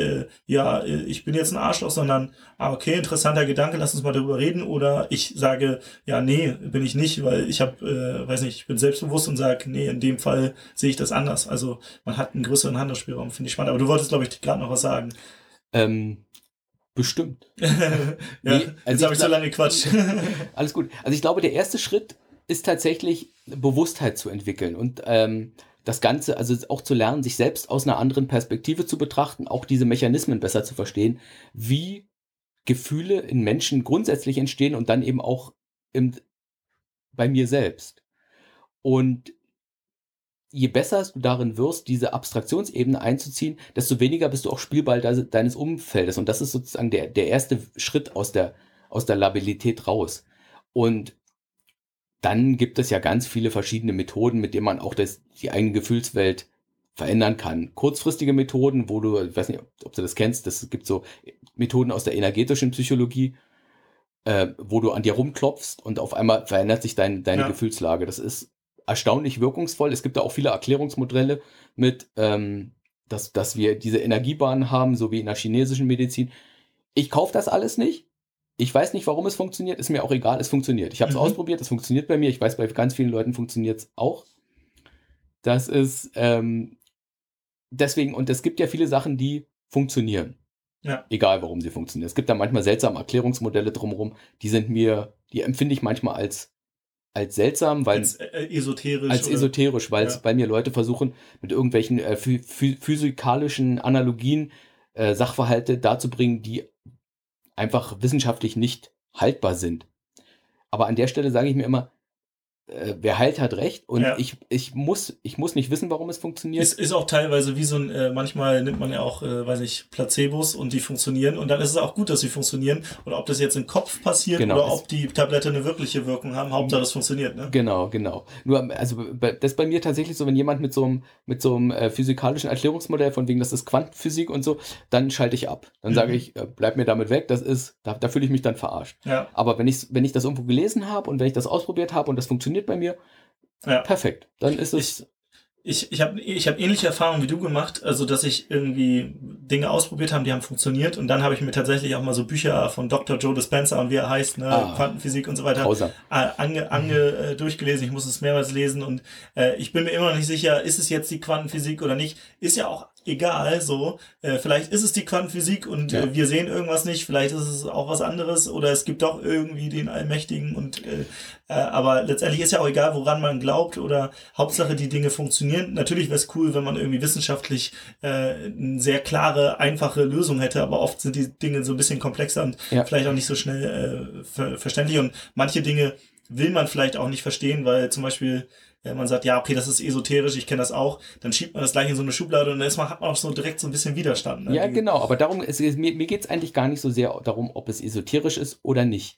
ich bin jetzt ein Arschloch, sondern, okay, interessanter Gedanke, lass uns mal darüber reden, oder ich sage, ja, nee, bin ich nicht, weil ich ich bin selbstbewusst und sage, nee, in dem Fall sehe ich das anders, also man hat einen größeren Handlungsspielraum, finde ich spannend, aber du wolltest, glaube ich, gerade noch was sagen. Bestimmt. Nee, jetzt habe ich so lange Quatsch. Alles gut. Also ich glaube, der erste Schritt ist tatsächlich Bewusstheit zu entwickeln und das Ganze, also auch zu lernen, sich selbst aus einer anderen Perspektive zu betrachten, auch diese Mechanismen besser zu verstehen, wie Gefühle in Menschen grundsätzlich entstehen und dann eben auch bei mir selbst. Und je besser du darin wirst, diese Abstraktionsebene einzuziehen, desto weniger bist du auch Spielball deines Umfeldes. Und das ist sozusagen der erste Schritt aus der Labilität raus. Und dann gibt es ja ganz viele verschiedene Methoden, mit denen man auch die eigene Gefühlswelt verändern kann. Kurzfristige Methoden, wo du, ich weiß nicht, ob du das kennst, es gibt so Methoden aus der energetischen Psychologie, wo du an dir rumklopfst und auf einmal verändert sich deine Gefühlslage. Das ist erstaunlich wirkungsvoll. Es gibt da auch viele Erklärungsmodelle mit, dass wir diese Energiebahnen haben, so wie in der chinesischen Medizin. Ich kaufe das alles nicht. Ich weiß nicht, warum es funktioniert. Ist mir auch egal, es funktioniert. Ich habe es ausprobiert, es funktioniert bei mir. Ich weiß, bei ganz vielen Leuten funktioniert es auch. Das ist deswegen, und es gibt ja viele Sachen, die funktionieren. Ja. Egal, warum sie funktionieren. Es gibt da manchmal seltsame Erklärungsmodelle drumherum. Die empfinde ich manchmal als seltsam, weil als esoterisch, weil mir Leute versuchen, mit irgendwelchen physikalischen Analogien Sachverhalte darzubringen, die einfach wissenschaftlich nicht haltbar sind. Aber an der Stelle sage ich mir immer, wer heilt, hat recht. Und Ja. ich muss nicht wissen, warum es funktioniert. Ist auch teilweise wie so ein, manchmal nimmt man ja auch, weiß ich, Placebos und die funktionieren und dann ist es auch gut, dass sie funktionieren. Und ob das jetzt im Kopf passiert Genau, oder ob die Tablette eine wirkliche Wirkung haben, Hauptsache es funktioniert, ne? Genau. Nur, also das ist bei mir tatsächlich so, wenn jemand mit so einem physikalischen Erklärungsmodell, von wegen, das ist Quantenphysik und so, dann schalte ich ab. Dann sage ich, bleib mir damit weg, da fühle ich mich dann verarscht. Ja. Aber wenn ich das irgendwo gelesen habe und wenn ich das ausprobiert habe und das funktioniert bei mir, Ja. perfekt. Dann ist es. Ich hab ähnliche Erfahrungen wie du gemacht, also dass ich irgendwie Dinge ausprobiert habe, die haben funktioniert und dann habe ich mir tatsächlich auch mal so Bücher von Dr. Joe Dispenza und wie er heißt, ne, Quantenphysik und so weiter, durchgelesen. Ich muss es mehrmals lesen und ich bin mir immer noch nicht sicher, ist es jetzt die Quantenphysik oder nicht. Ist ja auch egal, so. Vielleicht ist es die Quantenphysik und wir sehen irgendwas nicht, vielleicht ist es auch was anderes oder es gibt doch irgendwie den Allmächtigen und aber letztendlich ist ja auch egal, woran man glaubt oder Hauptsache die Dinge funktionieren. Natürlich wäre es cool, wenn man irgendwie wissenschaftlich eine sehr klare, einfache Lösung hätte, aber oft sind die Dinge so ein bisschen komplexer und vielleicht auch nicht so schnell verständlich und manche Dinge will man vielleicht auch nicht verstehen, weil zum Beispiel man sagt, ja, okay, das ist esoterisch, ich kenne das auch, dann schiebt man das gleich in so eine Schublade und dann hat man auch so direkt so ein bisschen Widerstand. Ne? Ja, genau, aber mir geht es eigentlich gar nicht so sehr darum, ob es esoterisch ist oder nicht.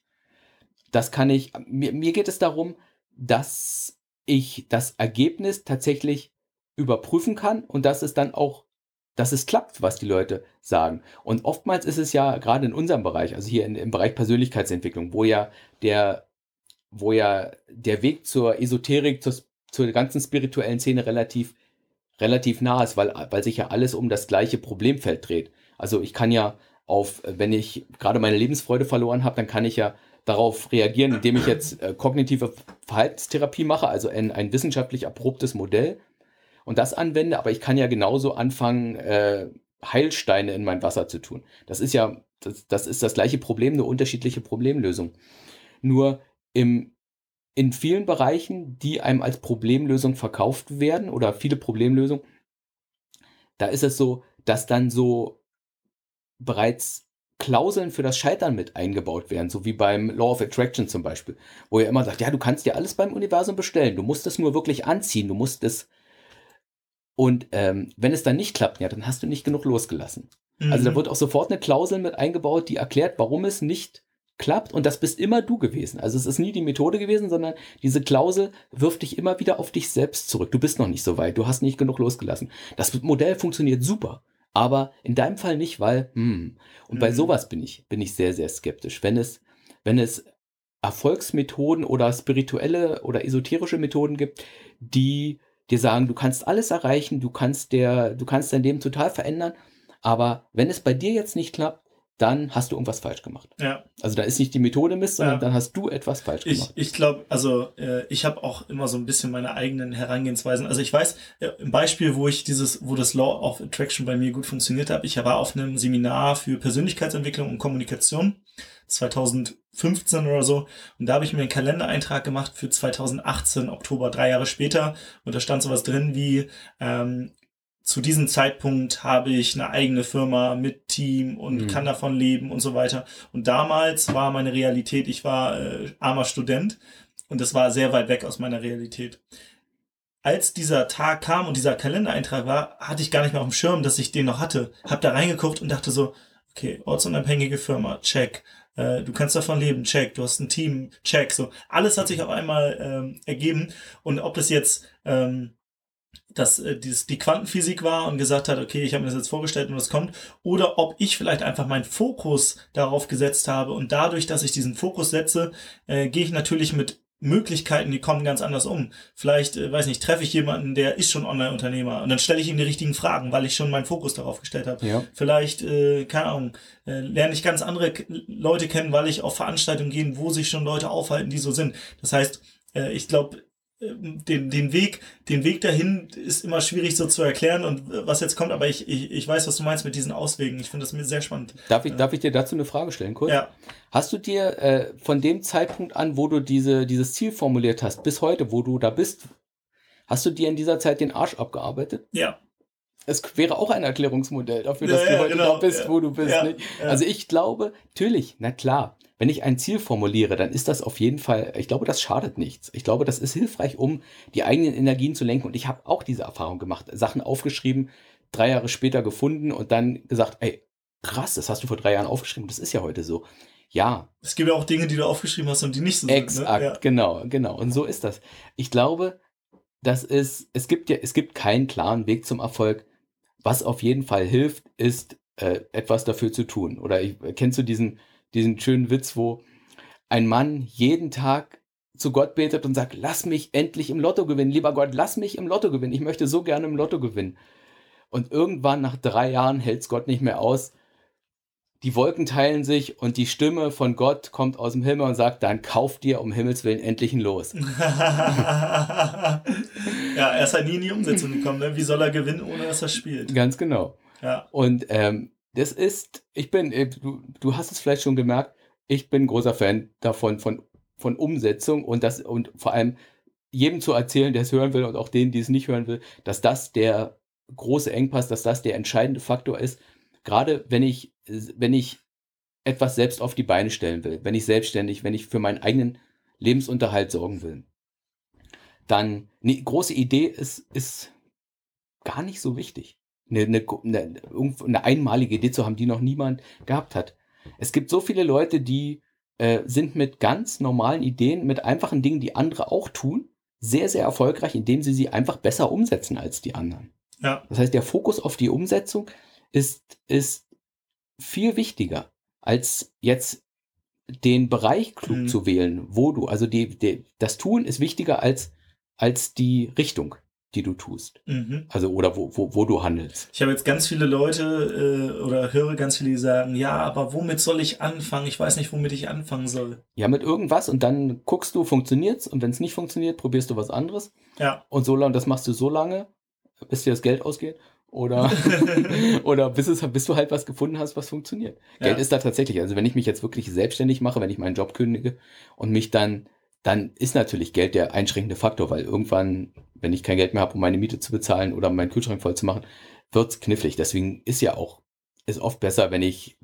Mir geht es darum, dass ich das Ergebnis tatsächlich überprüfen kann und dass es klappt, was die Leute sagen. Und oftmals ist es ja gerade in unserem Bereich, also hier im Bereich Persönlichkeitsentwicklung, wo ja der Weg zur Esoterik, zur ganzen spirituellen Szene relativ nah ist, weil sich ja alles um das gleiche Problemfeld dreht. Also ich kann ja wenn ich gerade meine Lebensfreude verloren habe, dann kann ich ja darauf reagieren, indem ich jetzt kognitive Verhaltenstherapie mache, also ein wissenschaftlich erprobtes Modell und das anwende, aber ich kann ja genauso anfangen, Heilsteine in mein Wasser zu tun. Das ist das gleiche Problem, eine unterschiedliche Problemlösung. Nur in vielen Bereichen, die einem als Problemlösung verkauft werden oder viele Problemlösungen, da ist es so, dass dann so bereits Klauseln für das Scheitern mit eingebaut werden, so wie beim Law of Attraction zum Beispiel, wo ihr immer sagt, ja, du kannst dir alles beim Universum bestellen, du musst es nur wirklich anziehen, und wenn es dann nicht klappt, ja, dann hast du nicht genug losgelassen. Also da wird auch sofort eine Klausel mit eingebaut, die erklärt, warum es nicht klappt und das bist immer du gewesen. Also es ist nie die Methode gewesen, sondern diese Klausel wirft dich immer wieder auf dich selbst zurück. Du bist noch nicht so weit, du hast nicht genug losgelassen. Das Modell funktioniert super, aber in deinem Fall nicht, weil und bei sowas bin ich sehr, sehr skeptisch. Wenn es Erfolgsmethoden oder spirituelle oder esoterische Methoden gibt, die dir sagen, du kannst alles erreichen, du kannst dein Leben total verändern, aber wenn es bei dir jetzt nicht klappt, dann hast du irgendwas falsch gemacht. Ja. Also da ist nicht die Methode Mist, sondern dann hast du etwas falsch gemacht. Ich glaube, also ich habe auch immer so ein bisschen meine eigenen Herangehensweisen. Also ich weiß, im Beispiel, wo das Law of Attraction bei mir gut funktioniert hat, ich war auf einem Seminar für Persönlichkeitsentwicklung und Kommunikation 2015 oder so und da habe ich mir einen Kalendereintrag gemacht für 2018, Oktober, 3 Jahre später und da stand sowas drin wie zu diesem Zeitpunkt habe ich eine eigene Firma mit Team und kann davon leben und so weiter. Und damals war meine Realität, ich war armer Student und das war sehr weit weg aus meiner Realität. Als dieser Tag kam und dieser Kalendereintrag war, hatte ich gar nicht mehr auf dem Schirm, dass ich den noch hatte. Hab da reingeguckt und dachte so, okay, ortsunabhängige Firma, check. Du kannst davon leben, check. Du hast ein Team, check. So, alles hat sich auf einmal ergeben. Und ob das jetzt die Quantenphysik war und gesagt hat, okay, ich habe mir das jetzt vorgestellt und was kommt, oder ob ich vielleicht einfach meinen Fokus darauf gesetzt habe und dadurch, dass ich diesen Fokus setze, gehe ich natürlich mit Möglichkeiten, die kommen ganz anders um. Vielleicht, weiß nicht, treffe ich jemanden, der ist schon Online-Unternehmer und dann stelle ich ihm die richtigen Fragen, weil ich schon meinen Fokus darauf gestellt habe. Ja. Vielleicht, keine Ahnung, lerne ich ganz andere Leute kennen, weil ich auf Veranstaltungen gehe, wo sich schon Leute aufhalten, die so sind. Das heißt, ich glaube, den Weg dahin ist immer schwierig so zu erklären und was jetzt kommt, aber ich weiß, was du meinst mit diesen Auswegen. Ich finde das mir sehr spannend. Darf ich dir dazu eine Frage stellen, kurz? Ja. Hast du dir von dem Zeitpunkt an, wo du dieses Ziel formuliert hast, bis heute, wo du da bist, hast du dir in dieser Zeit den Arsch abgearbeitet? Ja. Es wäre auch ein Erklärungsmodell dafür, dass du heute da bist, wo du bist. Ja, nicht? Ja. Also ich glaube, natürlich, na klar, wenn ich ein Ziel formuliere, dann ist das auf jeden Fall, ich glaube, das schadet nichts. Ich glaube, das ist hilfreich, um die eigenen Energien zu lenken. Und ich habe auch diese Erfahrung gemacht, Sachen aufgeschrieben, 3 Jahre später gefunden und dann gesagt, ey, krass, das hast du vor 3 Jahren aufgeschrieben, das ist ja heute so. Ja. Es gibt ja auch Dinge, die du aufgeschrieben hast und die nicht so sind. Exakt, ne? Ja. Genau. Und so ist das. Ich glaube, es gibt keinen klaren Weg zum Erfolg. Was auf jeden Fall hilft, ist, etwas dafür zu tun. Oder kennst du diesen schönen Witz, wo ein Mann jeden Tag zu Gott betet und sagt, lass mich endlich im Lotto gewinnen. Lieber Gott, lass mich im Lotto gewinnen. Ich möchte so gerne im Lotto gewinnen. Und irgendwann nach 3 Jahren hält es Gott nicht mehr aus. Die Wolken teilen sich und die Stimme von Gott kommt aus dem Himmel und sagt, dann kauf dir um Himmels Willen endlich ein Los. Ja, er ist halt nie in die Umsetzung gekommen. Ne? Wie soll er gewinnen, ohne dass er spielt? Ganz genau. Ja. Und das ist, du hast es vielleicht schon gemerkt, ich bin ein großer Fan davon, von Umsetzung und vor allem jedem zu erzählen, der es hören will und auch denen, die es nicht hören will, dass das der große Engpass, dass das der entscheidende Faktor ist. Gerade wenn ich etwas selbst auf die Beine stellen will, wenn ich für meinen eigenen Lebensunterhalt sorgen will, dann eine große Idee ist gar nicht so wichtig. Eine einmalige Idee zu haben, die noch niemand gehabt hat. Es gibt so viele Leute, die sind mit ganz normalen Ideen, mit einfachen Dingen, die andere auch tun, sehr, sehr erfolgreich, indem sie einfach besser umsetzen als die anderen. Ja. Das heißt, der Fokus auf die Umsetzung ist viel wichtiger, als jetzt den Bereich klug zu wählen, wo du, also das Tun ist wichtiger als die Richtung, die du tust. Also oder wo du handelst. Ich habe jetzt ganz viele Leute oder höre ganz viele, die sagen, ja, aber womit soll ich anfangen? Ich weiß nicht, womit ich anfangen soll. Ja, mit irgendwas und dann guckst du, funktioniert's und wenn es nicht funktioniert, probierst du was anderes. Ja. Und das machst du so lange, bis dir das Geld ausgeht. Oder bis du halt was gefunden hast, was funktioniert. Ja. Geld ist da tatsächlich, also wenn ich mich jetzt wirklich selbstständig mache, wenn ich meinen Job kündige und mich dann ist natürlich Geld der einschränkende Faktor, weil irgendwann, wenn ich kein Geld mehr habe, um meine Miete zu bezahlen oder meinen Kühlschrank voll zu machen, wird's knifflig. Deswegen ist oft besser, wenn ich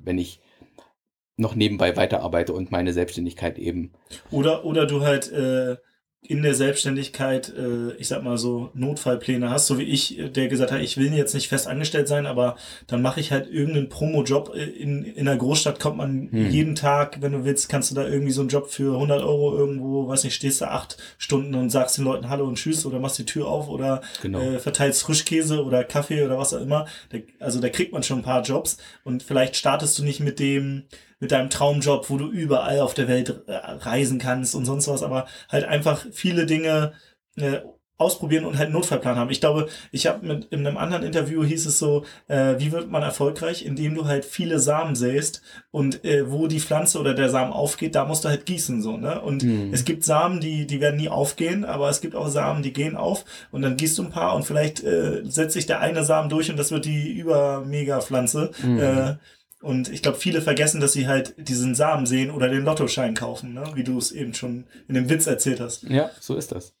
noch nebenbei weiterarbeite und meine Selbstständigkeit eben. Oder du halt in der Selbstständigkeit, ich sag mal so, Notfallpläne hast, so wie ich, der gesagt hat, ich will jetzt nicht fest angestellt sein, aber dann mache ich halt irgendeinen Promo-Job. In einer Großstadt kommt man jeden Tag, wenn du willst, kannst du da irgendwie so einen Job für 100 € irgendwo, weiß nicht, stehst da 8 Stunden und sagst den Leuten Hallo und Tschüss oder machst die Tür auf oder verteilst Frischkäse oder Kaffee oder was auch immer. Da kriegt man schon ein paar Jobs und vielleicht startest du nicht mit deinem Traumjob, wo du überall auf der Welt reisen kannst und sonst was, aber halt einfach viele Dinge ausprobieren und halt einen Notfallplan haben. Ich glaube, in einem anderen Interview hieß es so, wie wird man erfolgreich, indem du halt viele Samen säst und wo die Pflanze oder der Samen aufgeht, da musst du halt gießen, so, ne? Und es gibt Samen, die werden nie aufgehen, aber es gibt auch Samen, die gehen auf und dann gießt du ein paar und vielleicht setzt sich der eine Samen durch und das wird die Über-Mega-Pflanze. Und ich glaube, viele vergessen, dass sie halt diesen Samen sehen oder den Lottoschein kaufen, ne? Wie du es eben schon in dem Witz erzählt hast. Ja, so ist das.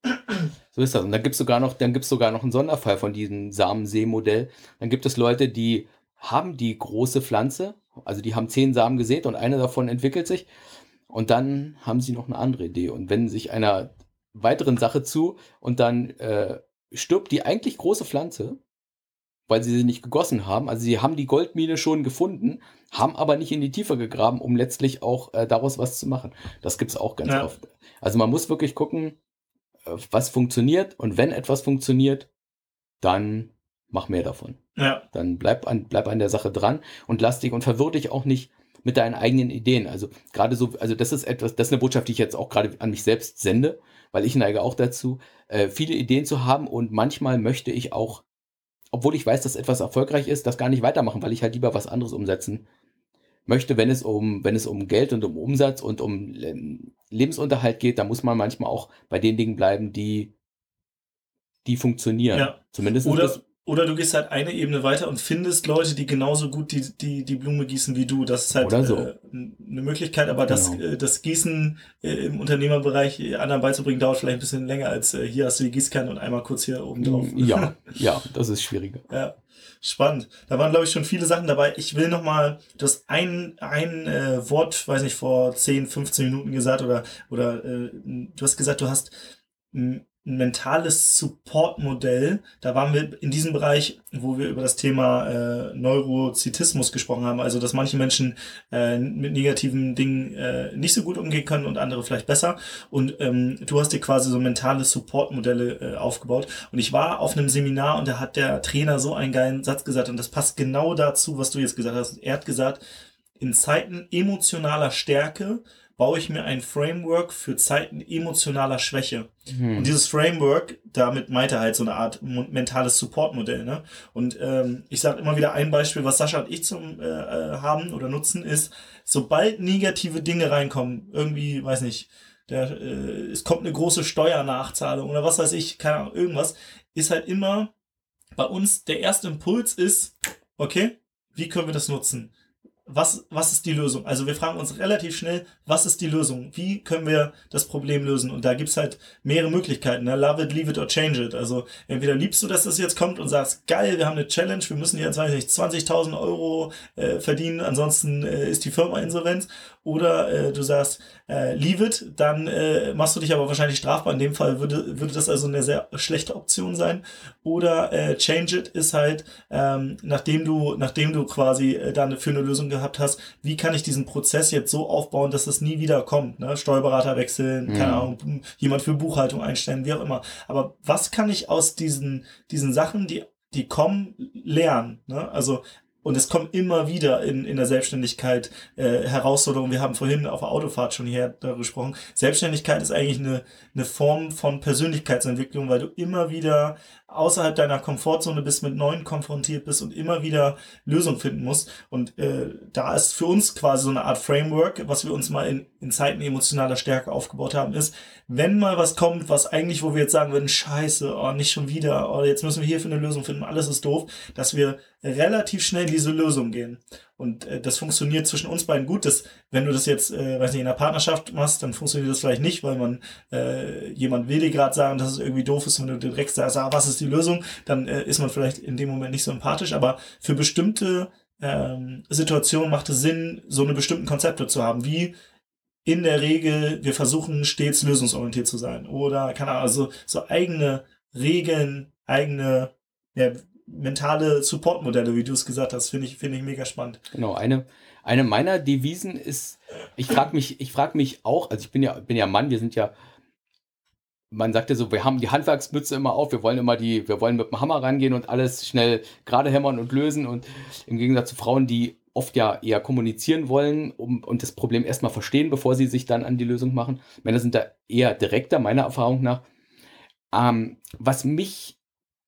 Und dann gibt's sogar noch einen Sonderfall von diesem Samensämodell. Dann gibt es Leute, die haben die große Pflanze, also die haben 10 Samen gesät und eine davon entwickelt sich. Und dann haben sie noch eine andere Idee und wenden sich einer weiteren Sache zu und dann stirbt die eigentlich große Pflanze, weil sie nicht gegossen haben. Also sie haben die Goldmine schon gefunden, haben aber nicht in die Tiefe gegraben, um letztlich auch daraus was zu machen. Das gibt's auch ganz oft. Also man muss wirklich gucken, was funktioniert und wenn etwas funktioniert, dann mach mehr davon. Ja. Dann bleib an der Sache dran und lass dich und verwirr dich auch nicht mit deinen eigenen Ideen. Also gerade so, also das ist eine Botschaft, die ich jetzt auch gerade an mich selbst sende, weil ich neige auch dazu, viele Ideen zu haben und manchmal möchte ich auch, obwohl ich weiß, dass etwas erfolgreich ist, das gar nicht weitermachen, weil ich halt lieber was anderes umsetzen möchte, wenn es um Geld und um Umsatz und um Lebensunterhalt geht, da muss man manchmal auch bei den Dingen bleiben, die funktionieren. Ja. Zumindest Oder du gehst halt eine Ebene weiter und findest Leute, die genauso gut die Blume gießen wie du. Das ist halt Oder so. eine Möglichkeit, aber Genau. das Gießen im Unternehmerbereich anderen beizubringen, dauert vielleicht ein bisschen länger als hier hast du die Gießkanne und einmal kurz hier oben drauf. Ja, das ist schwieriger. Ja, spannend. Da waren, glaube ich, schon viele Sachen dabei. Ich will noch mal, du hast ein Wort, weiß nicht, vor 10, 15 Minuten gesagt oder du hast gesagt, du hast ein mentales Support-Modell. Da waren wir in diesem Bereich, wo wir über das Thema Neurozitismus gesprochen haben, also dass manche Menschen mit negativen Dingen nicht so gut umgehen können und andere vielleicht besser. Und du hast dir quasi so mentale Support-Modelle aufgebaut. Und ich war auf einem Seminar und da hat der Trainer so einen geilen Satz gesagt und das passt genau dazu, was du jetzt gesagt hast. Er hat gesagt, in Zeiten emotionaler Stärke baue ich mir ein Framework für Zeiten emotionaler Schwäche. Und dieses Framework, damit meint er halt so eine Art mentales Supportmodell. Ne? Und ich sage immer wieder ein Beispiel, was Sascha und ich zum haben oder nutzen, ist, sobald negative Dinge reinkommen, irgendwie, weiß nicht, es kommt eine große Steuernachzahlung oder was weiß ich, keine Ahnung, irgendwas, ist halt immer bei uns der erste Impuls ist, okay, wie können wir das nutzen? Was ist die Lösung? Also wir fragen uns relativ schnell, was ist die Lösung? Wie können wir das Problem lösen? Und da gibt's halt mehrere Möglichkeiten. Ne? Love it, leave it or change it. Also entweder liebst du, dass das jetzt kommt und sagst, geil, wir haben eine Challenge, wir müssen jetzt, weiß nicht, 20.000 Euro verdienen, ansonsten ist die Firma insolvent. Oder du sagst, leave it, dann machst du dich aber wahrscheinlich strafbar. In dem Fall würde das also eine sehr schlechte Option sein. Oder change it ist halt, nachdem du quasi dann für eine Lösung gehabt hast, wie kann ich diesen Prozess jetzt so aufbauen, dass es nie wieder kommt, ne? Steuerberater wechseln, keine Ahnung, jemand für Buchhaltung einstellen, wie auch immer. Aber was kann ich aus diesen Sachen, die kommen, lernen, ne? Also, und es kommen immer wieder in der Selbstständigkeit Herausforderungen. Wir haben vorhin auf der Autofahrt schon hier darüber gesprochen. Selbstständigkeit ist eigentlich eine Form von Persönlichkeitsentwicklung, weil du immer wieder außerhalb deiner Komfortzone bist, mit Neuen konfrontiert bist und immer wieder Lösungen finden musst. Und da ist für uns quasi so eine Art Framework, was wir uns mal in Zeiten emotionaler Stärke aufgebaut haben, ist, wenn mal was kommt, was eigentlich, wo wir jetzt sagen würden, scheiße, oh, nicht schon wieder, oh, jetzt müssen wir hierfür eine Lösung finden, alles ist doof, dass wir relativ schnell diese Lösung gehen. Und das funktioniert zwischen uns beiden gut. Wenn du das jetzt, weiß nicht, in einer Partnerschaft machst, dann funktioniert das vielleicht nicht, weil jemand will dir gerade sagen, dass es irgendwie doof ist, wenn du direkt sagst, was ist die Lösung, dann ist man vielleicht in dem Moment nicht so empathisch. Aber für bestimmte Situationen macht es Sinn, so eine bestimmten Konzepte zu haben, wie in der Regel, wir versuchen stets lösungsorientiert zu sein. Oder, keine Ahnung, also so eigene Regeln, eigene mentale Supportmodelle, wie du es gesagt hast, finde ich mega spannend. Genau, eine meiner Devisen ist, ich frag mich auch, also ich bin ja Mann, man sagt ja so, wir haben die Handwerksmütze immer auf, wir wollen mit dem Hammer rangehen und alles schnell gerade hämmern und lösen, und im Gegensatz zu Frauen, die oft ja eher kommunizieren wollen und das Problem erstmal verstehen, bevor sie sich dann an die Lösung machen. Männer sind da eher direkter, meiner Erfahrung nach. Was mich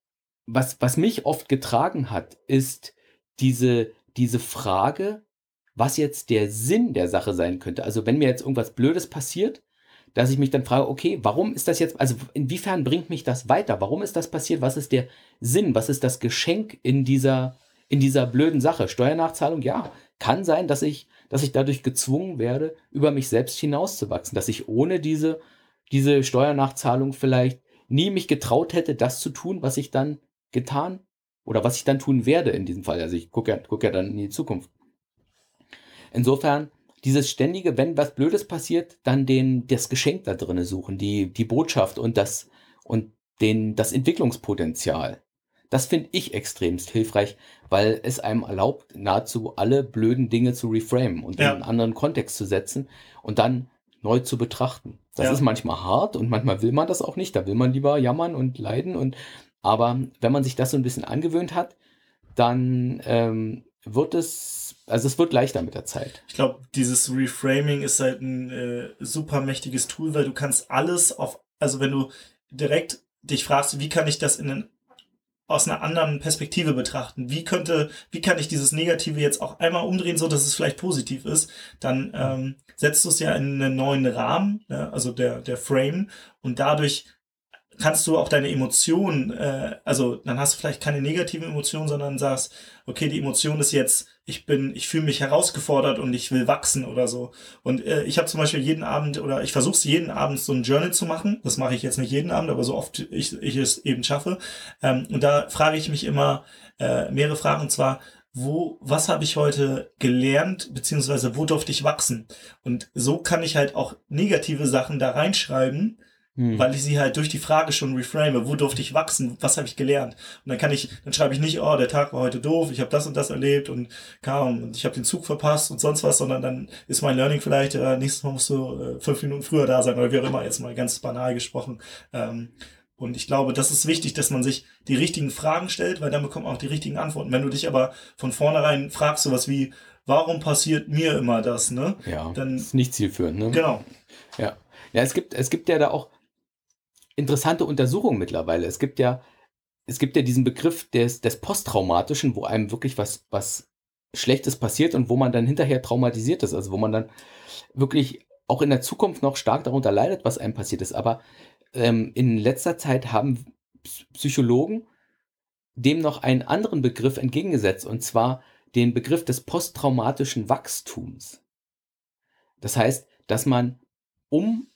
oft getragen hat, ist diese Frage, was jetzt der Sinn der Sache sein könnte. Also wenn mir jetzt irgendwas Blödes passiert, dass ich mich dann frage, okay, warum ist das jetzt, also inwiefern bringt mich das weiter? Warum ist das passiert? Was ist der Sinn? Was ist das Geschenk in dieser blöden Sache? Steuernachzahlung, ja, kann sein, dass ich dadurch gezwungen werde, über mich selbst hinauszuwachsen, dass ich ohne diese Steuernachzahlung vielleicht nie mich getraut hätte, das zu tun, was ich dann getan oder was ich dann tun werde in diesem Fall. Also ich gucke ja dann in die Zukunft. Insofern dieses ständige, wenn was Blödes passiert, dann das Geschenk da drin suchen, die Botschaft und das Entwicklungspotenzial. Das finde ich extremst hilfreich, weil es einem erlaubt, nahezu alle blöden Dinge zu reframen und in einen anderen Kontext zu setzen und dann neu zu betrachten. Das ist manchmal hart und manchmal will man das auch nicht. Da will man lieber jammern und leiden. Aber wenn man sich das so ein bisschen angewöhnt hat, dann wird es wird leichter mit der Zeit. Ich glaube, dieses Reframing ist halt ein super mächtiges Tool, weil du kannst alles also wenn du direkt dich fragst, wie kann ich das aus einer anderen Perspektive betrachten, wie kann ich dieses Negative jetzt auch einmal umdrehen, so dass es vielleicht positiv ist, dann setzt du es ja in einen neuen Rahmen, ne? Also der Frame, und dadurch kannst du auch deine Emotionen, also dann hast du vielleicht keine negativen Emotionen, sondern sagst, okay, die Emotion ist jetzt, ich fühle mich herausgefordert und ich will wachsen oder so. Und ich habe zum Beispiel jeden Abend, oder ich versuche es jeden Abend so ein Journal zu machen. Das mache ich jetzt nicht jeden Abend, aber so oft ich es eben schaffe. Und da frage ich mich immer mehrere Fragen, und zwar, was habe ich heute gelernt, beziehungsweise wo durfte ich wachsen? Und so kann ich halt auch negative Sachen da reinschreiben, weil ich sie halt durch die Frage schon reframe. Wo durfte ich wachsen? Was habe ich gelernt? Und dann schreibe ich nicht, oh, der Tag war heute doof, ich habe das und das erlebt und und ich habe den Zug verpasst und sonst was, sondern dann ist mein Learning vielleicht, nächstes Mal musst du 5 Minuten früher da sein oder wie auch immer, jetzt mal ganz banal gesprochen. Und ich glaube, das ist wichtig, dass man sich die richtigen Fragen stellt, weil dann bekommt man auch die richtigen Antworten. Wenn du dich aber von vornherein fragst, sowas wie, warum passiert mir immer das, ne? Ja, Dann ist nicht zielführend, ne? Genau. Ja, es gibt ja da auch interessante Untersuchungen mittlerweile. Es gibt ja diesen Begriff des Posttraumatischen, wo einem wirklich was Schlechtes passiert und wo man dann hinterher traumatisiert ist. Also wo man dann wirklich auch in der Zukunft noch stark darunter leidet, was einem passiert ist. Aber in letzter Zeit haben Psychologen dem noch einen anderen Begriff entgegengesetzt, und zwar den Begriff des posttraumatischen Wachstums. Das heißt, dass man, um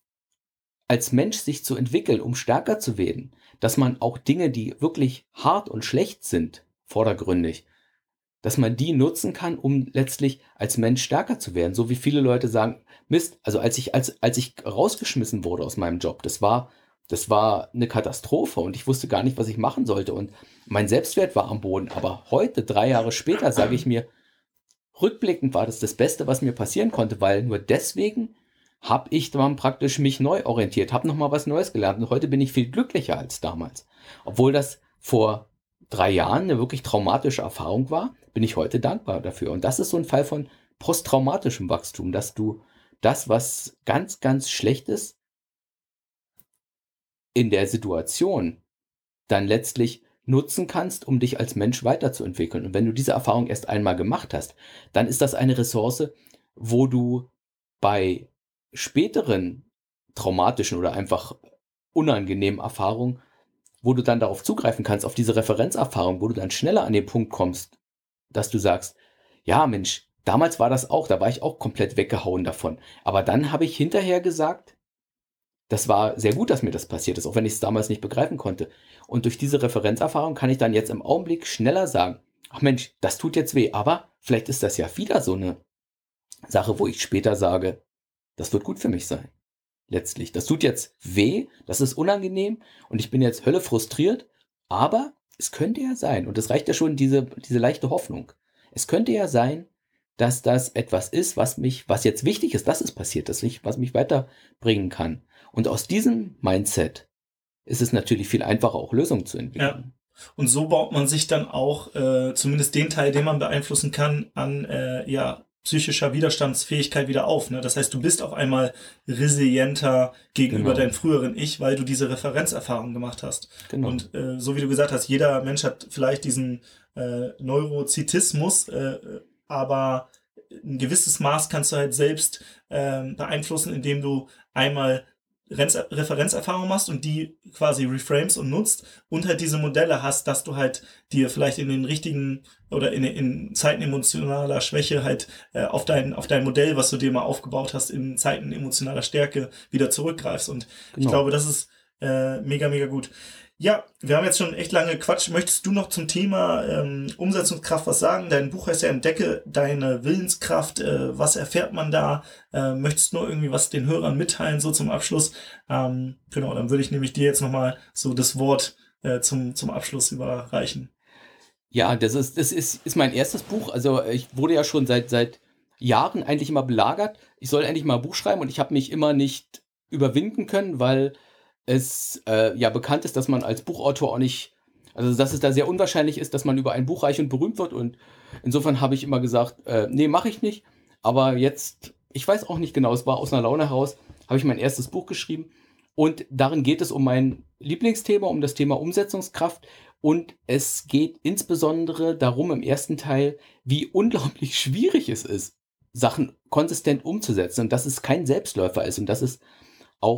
als Mensch sich zu entwickeln, um stärker zu werden, dass man auch Dinge, die wirklich hart und schlecht sind, vordergründig, dass man die nutzen kann, um letztlich als Mensch stärker zu werden. So wie viele Leute sagen, Mist, also als ich rausgeschmissen wurde aus meinem Job, das war eine Katastrophe und ich wusste gar nicht, was ich machen sollte und mein Selbstwert war am Boden. Aber heute, 3 Jahre später, sage ich mir, rückblickend war das Beste, was mir passieren konnte, weil nur deswegen habe ich dann praktisch mich neu orientiert, habe nochmal was Neues gelernt und heute bin ich viel glücklicher als damals. Obwohl das vor 3 Jahren eine wirklich traumatische Erfahrung war, bin ich heute dankbar dafür. Und das ist so ein Fall von posttraumatischem Wachstum, dass du das, was ganz, ganz schlecht ist, in der Situation dann letztlich nutzen kannst, um dich als Mensch weiterzuentwickeln. Und wenn du diese Erfahrung erst einmal gemacht hast, dann ist das eine Ressource, wo du bei späteren traumatischen oder einfach unangenehmen Erfahrungen, wo du dann darauf zugreifen kannst, auf diese Referenzerfahrung, wo du dann schneller an den Punkt kommst, dass du sagst, ja Mensch, damals war das auch, da war ich auch komplett weggehauen davon. Aber dann habe ich hinterher gesagt, das war sehr gut, dass mir das passiert ist, auch wenn ich es damals nicht begreifen konnte. Und durch diese Referenzerfahrung kann ich dann jetzt im Augenblick schneller sagen, ach Mensch, das tut jetzt weh, aber vielleicht ist das ja wieder so eine Sache, wo ich später sage, das wird gut für mich sein. Letztlich. Das tut jetzt weh, das ist unangenehm und ich bin jetzt Hölle frustriert, aber es könnte ja sein, und es reicht ja schon diese leichte Hoffnung. Es könnte ja sein, dass das etwas ist, was jetzt wichtig ist, dass es passiert, was mich weiterbringen kann. Und aus diesem Mindset ist es natürlich viel einfacher, auch Lösungen zu entwickeln. Ja. Und so baut man sich dann auch zumindest den Teil, den man beeinflussen kann, an psychischer Widerstandsfähigkeit wieder auf. Ne? Das heißt, du bist auf einmal resilienter gegenüber deinem früheren Ich, weil du diese Referenzerfahrung gemacht hast. Genau. Und so wie du gesagt hast, jeder Mensch hat vielleicht diesen Neurozitismus, aber ein gewisses Maß kannst du halt selbst beeinflussen, indem du einmal Referenzerfahrung machst und die quasi reframes und nutzt und halt diese Modelle hast, dass du halt dir vielleicht in den richtigen oder in Zeiten emotionaler Schwäche halt auf dein Modell, was du dir mal aufgebaut hast, in Zeiten emotionaler Stärke wieder zurückgreifst. Und ich glaube, das ist mega, mega gut. Ja, wir haben jetzt schon echt lange gequatscht. Möchtest du noch zum Thema Umsetzungskraft was sagen? Dein Buch heißt ja Entdecke deine Willenskraft. Was erfährt man da? Möchtest du nur irgendwie was den Hörern mitteilen, so zum Abschluss? Genau, dann würde ich nämlich dir jetzt nochmal so das Wort zum Abschluss überreichen. Ja, das ist mein erstes Buch. Also ich wurde ja schon seit Jahren eigentlich immer belagert. Ich soll endlich mal ein Buch schreiben und ich habe mich immer nicht überwinden können, weil es bekannt ist, dass man als Buchautor auch nicht, also dass es da sehr unwahrscheinlich ist, dass man über ein Buch reich und berühmt wird, und insofern habe ich immer gesagt, nee, mache ich nicht, aber jetzt, ich weiß auch nicht genau, es war aus einer Laune heraus, habe ich mein erstes Buch geschrieben und darin geht es um mein Lieblingsthema, um das Thema Umsetzungskraft, und es geht insbesondere darum im ersten Teil, wie unglaublich schwierig es ist, Sachen konsistent umzusetzen und dass es kein Selbstläufer ist und dass es auch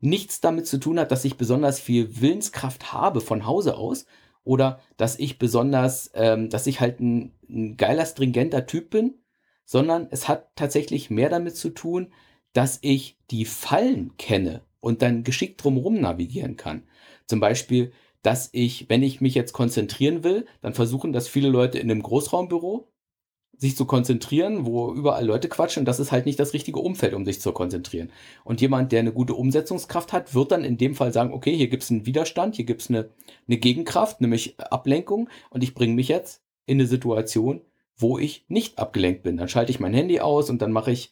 nichts damit zu tun hat, dass ich besonders viel Willenskraft habe von Hause aus oder dass ich dass ich halt ein geiler, stringenter Typ bin, sondern es hat tatsächlich mehr damit zu tun, dass ich die Fallen kenne und dann geschickt drumherum navigieren kann. Zum Beispiel, dass ich, wenn ich mich jetzt konzentrieren will, dann versuchen das viele Leute in einem Großraumbüro, sich zu konzentrieren, wo überall Leute quatschen, und das ist halt nicht das richtige Umfeld, um sich zu konzentrieren. Und jemand, der eine gute Umsetzungskraft hat, wird dann in dem Fall sagen, okay, hier gibt es einen Widerstand, hier gibt es eine Gegenkraft, nämlich Ablenkung, und ich bringe mich jetzt in eine Situation, wo ich nicht abgelenkt bin. Dann schalte ich mein Handy aus und dann mache ich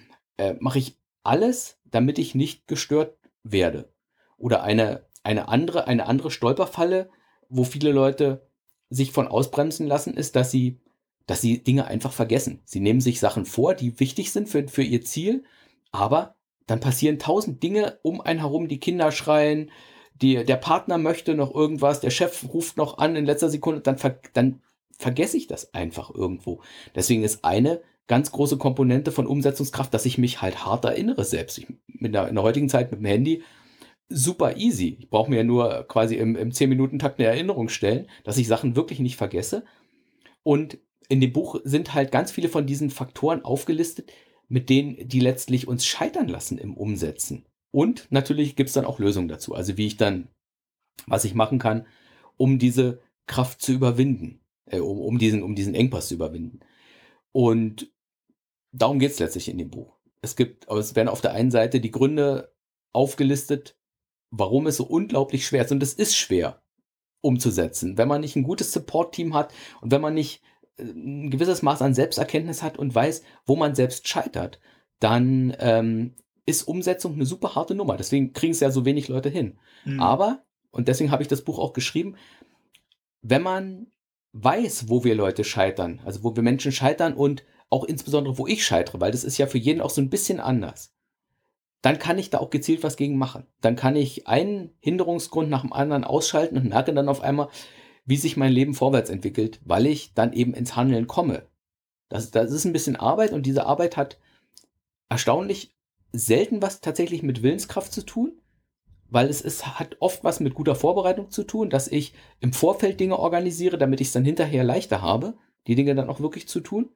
alles, damit ich nicht gestört werde. Oder eine andere Stolperfalle, wo viele Leute sich von ausbremsen lassen, ist, dass sie Dinge einfach vergessen. Sie nehmen sich Sachen vor, die wichtig sind für ihr Ziel, aber dann passieren 1000 Dinge um einen herum, die Kinder schreien, der Partner möchte noch irgendwas, der Chef ruft noch an in letzter Sekunde, dann vergesse ich das einfach irgendwo. Deswegen ist eine ganz große Komponente von Umsetzungskraft, dass ich mich halt hart erinnere selbst. In der heutigen Zeit mit dem Handy super easy. Ich brauche mir nur quasi im 10-Minuten-Takt eine Erinnerung stellen, dass ich Sachen wirklich nicht vergesse. Und in dem Buch sind halt ganz viele von diesen Faktoren aufgelistet, mit denen die letztlich uns scheitern lassen im Umsetzen. Und natürlich gibt es dann auch Lösungen dazu. Also was ich machen kann, um diese Kraft zu überwinden, um diesen Engpass zu überwinden. Und darum geht es letztlich in dem Buch. Es werden auf der einen Seite die Gründe aufgelistet, warum es so unglaublich schwer ist. Und es ist schwer umzusetzen, wenn man nicht ein gutes Support-Team hat und wenn man nicht ein gewisses Maß an Selbsterkenntnis hat und weiß, wo man selbst scheitert, dann ist Umsetzung eine super harte Nummer. Deswegen kriegen es ja so wenig Leute hin. Aber, und deswegen habe ich das Buch auch geschrieben, wenn man weiß, wo wir Leute scheitern, also wo wir Menschen scheitern und auch insbesondere, wo ich scheitere, weil das ist ja für jeden auch so ein bisschen anders, dann kann ich da auch gezielt was gegen machen. Dann kann ich einen Hinderungsgrund nach dem anderen ausschalten und merke dann auf einmal, wie sich mein Leben vorwärts entwickelt, weil ich dann eben ins Handeln komme. Das ist ein bisschen Arbeit, und diese Arbeit hat erstaunlich selten was tatsächlich mit Willenskraft zu tun, weil es hat oft was mit guter Vorbereitung zu tun, dass ich im Vorfeld Dinge organisiere, damit ich es dann hinterher leichter habe, die Dinge dann auch wirklich zu tun.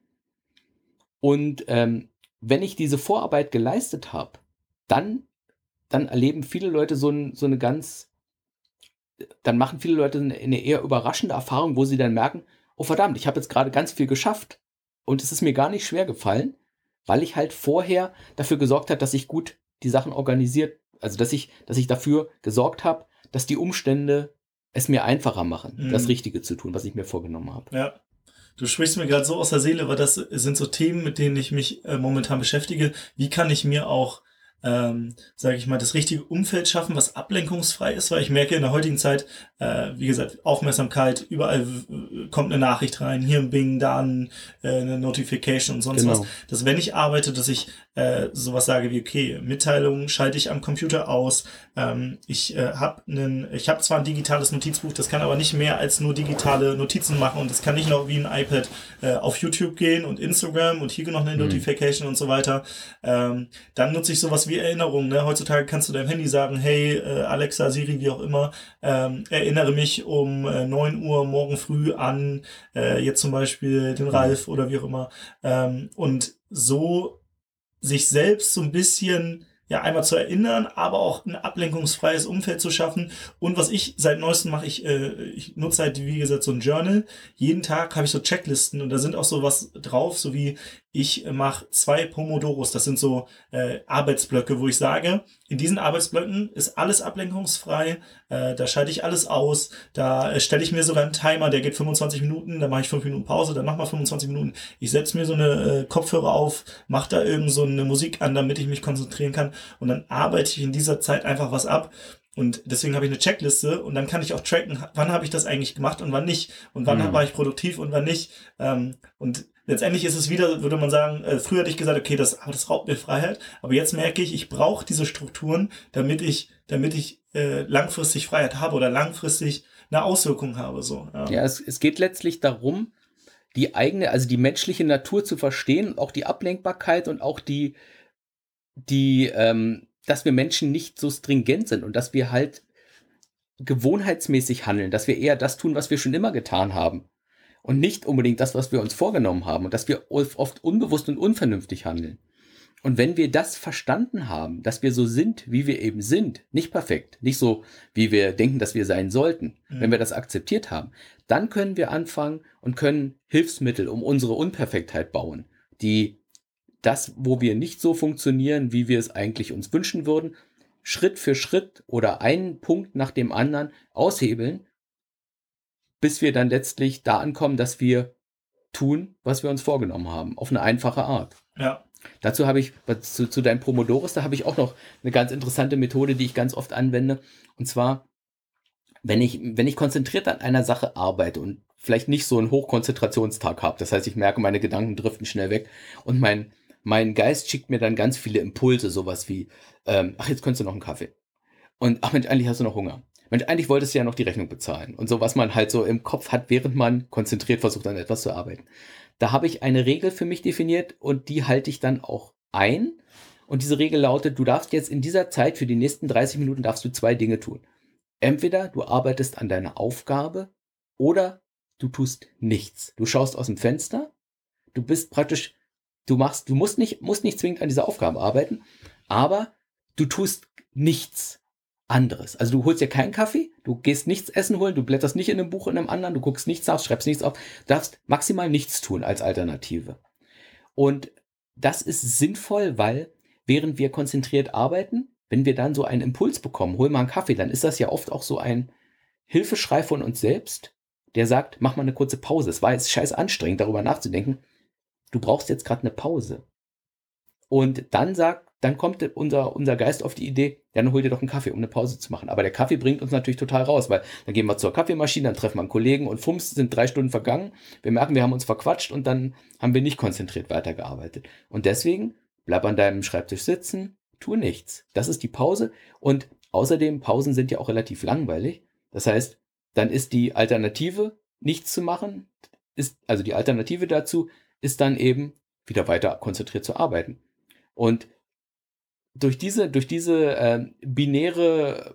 Und wenn ich diese Vorarbeit geleistet habe, dann erleben viele Leute dann machen viele Leute eine eher überraschende Erfahrung, wo sie dann merken, oh verdammt, ich habe jetzt gerade ganz viel geschafft und es ist mir gar nicht schwer gefallen, weil ich halt vorher dafür gesorgt habe, dass ich gut die Sachen organisiert, also dass ich dafür gesorgt habe, dass die Umstände es mir einfacher machen, das Richtige zu tun, was ich mir vorgenommen habe. Ja. Du sprichst mir gerade so aus der Seele, weil das sind so Themen, mit denen ich mich momentan beschäftige. Wie kann ich mir auch sage ich mal, das richtige Umfeld schaffen, was ablenkungsfrei ist, weil ich merke in der heutigen Zeit, wie gesagt, Aufmerksamkeit, überall kommt eine Nachricht rein, hier ein Bing, da eine Notification und sonst was. Dass wenn ich arbeite, dass ich sowas sage wie, okay, Mitteilungen schalte ich am Computer aus, ich habe zwar ein digitales Notizbuch, das kann aber nicht mehr als nur digitale Notizen machen, und das kann nicht noch wie ein iPad auf YouTube gehen und Instagram und hier noch eine Notification und so weiter. Dann nutze ich sowas wie Erinnerungen. Ne? Heutzutage kannst du deinem Handy sagen, hey, Alexa, Siri, wie auch immer, erinnere mich um 9 Uhr morgen früh an jetzt zum Beispiel den Ralf oder wie auch immer. Und so sich selbst so ein bisschen einmal zu erinnern, aber auch ein ablenkungsfreies Umfeld zu schaffen. Und was ich seit neuestem mache, ich nutze halt, wie gesagt, so ein Journal. Jeden Tag habe ich so Checklisten, und da sind auch so was drauf, so wie ich mache 2 Pomodoros. Das sind so Arbeitsblöcke, wo ich sage, in diesen Arbeitsblöcken ist alles ablenkungsfrei, da schalte ich alles aus, da stelle ich mir sogar einen Timer, der geht 25 Minuten, dann mache ich 5 Minuten Pause, dann nochmal 25 Minuten. Ich setze mir so eine Kopfhörer auf, mache da irgend so eine Musik an, damit ich mich konzentrieren kann, und dann arbeite ich in dieser Zeit einfach was ab. Und deswegen habe ich eine Checkliste, und dann kann ich auch tracken, wann habe ich das eigentlich gemacht und wann nicht. Und wann war ich produktiv und wann nicht. Und letztendlich ist es wieder, würde man sagen, früher hätte ich gesagt, okay, das raubt mir Freiheit. Aber jetzt merke ich brauche diese Strukturen, damit ich langfristig Freiheit habe oder langfristig eine Auswirkung habe. So, ja, es geht letztlich darum, die menschliche Natur zu verstehen, auch die Ablenkbarkeit und auch dass wir Menschen nicht so stringent sind und dass wir halt gewohnheitsmäßig handeln, dass wir eher das tun, was wir schon immer getan haben und nicht unbedingt das, was wir uns vorgenommen haben und dass wir oft unbewusst und unvernünftig handeln. Und wenn wir das verstanden haben, dass wir so sind, wie wir eben sind, nicht perfekt, nicht so, wie wir denken, dass wir sein sollten, wenn wir das akzeptiert haben, dann können wir anfangen und können Hilfsmittel um unsere Unperfektheit bauen, die das, wo wir nicht so funktionieren, wie wir es eigentlich uns wünschen würden, Schritt für Schritt oder einen Punkt nach dem anderen aushebeln, bis wir dann letztlich da ankommen, dass wir tun, was wir uns vorgenommen haben, auf eine einfache Art. Ja. Dazu habe ich, zu deinem Pomodoros, da habe ich auch noch eine ganz interessante Methode, die ich ganz oft anwende. Und zwar, wenn ich konzentriert an einer Sache arbeite und vielleicht nicht so einen Hochkonzentrationstag habe, das heißt, ich merke, meine Gedanken driften schnell weg und mein Geist schickt mir dann ganz viele Impulse, sowas wie, jetzt könntest du noch einen Kaffee. Und ach Mensch, eigentlich hast du noch Hunger. Mensch, eigentlich wolltest du ja noch die Rechnung bezahlen. Und so, was man halt so im Kopf hat, während man konzentriert versucht, an etwas zu arbeiten. Da habe ich eine Regel für mich definiert und die halte ich dann auch ein. Und diese Regel lautet, du darfst jetzt in dieser Zeit, für die nächsten 30 Minuten, darfst du 2 Dinge tun. Entweder du arbeitest an deiner Aufgabe oder du tust nichts. Du schaust aus dem Fenster, du bist praktisch, du musst nicht zwingend an dieser Aufgabe arbeiten, aber du tust nichts anderes. Also du holst dir keinen Kaffee, du gehst nichts essen holen, du blätterst nicht in einem Buch in einem anderen, du guckst nichts nach, schreibst nichts auf, du darfst maximal nichts tun als Alternative. Und das ist sinnvoll, weil während wir konzentriert arbeiten, wenn wir dann so einen Impuls bekommen, hol mal einen Kaffee, dann ist das ja oft auch so ein Hilfeschrei von uns selbst, der sagt, mach mal eine kurze Pause. Es war jetzt scheiß anstrengend, darüber nachzudenken. Du brauchst jetzt gerade eine Pause. Und dann kommt unser Geist auf die Idee, ja, dann hol dir doch einen Kaffee, um eine Pause zu machen. Aber der Kaffee bringt uns natürlich total raus, weil dann gehen wir zur Kaffeemaschine, dann treffen wir einen Kollegen und fumms, sind 3 Stunden vergangen. Wir merken, wir haben uns verquatscht und dann haben wir nicht konzentriert weitergearbeitet. Und deswegen bleib an deinem Schreibtisch sitzen, tu nichts. Das ist die Pause. Und außerdem, Pausen sind ja auch relativ langweilig. Das heißt, dann ist die Alternative, nichts zu machen, also die Alternative dazu ist dann eben wieder weiter konzentriert zu arbeiten. Und durch diese binäre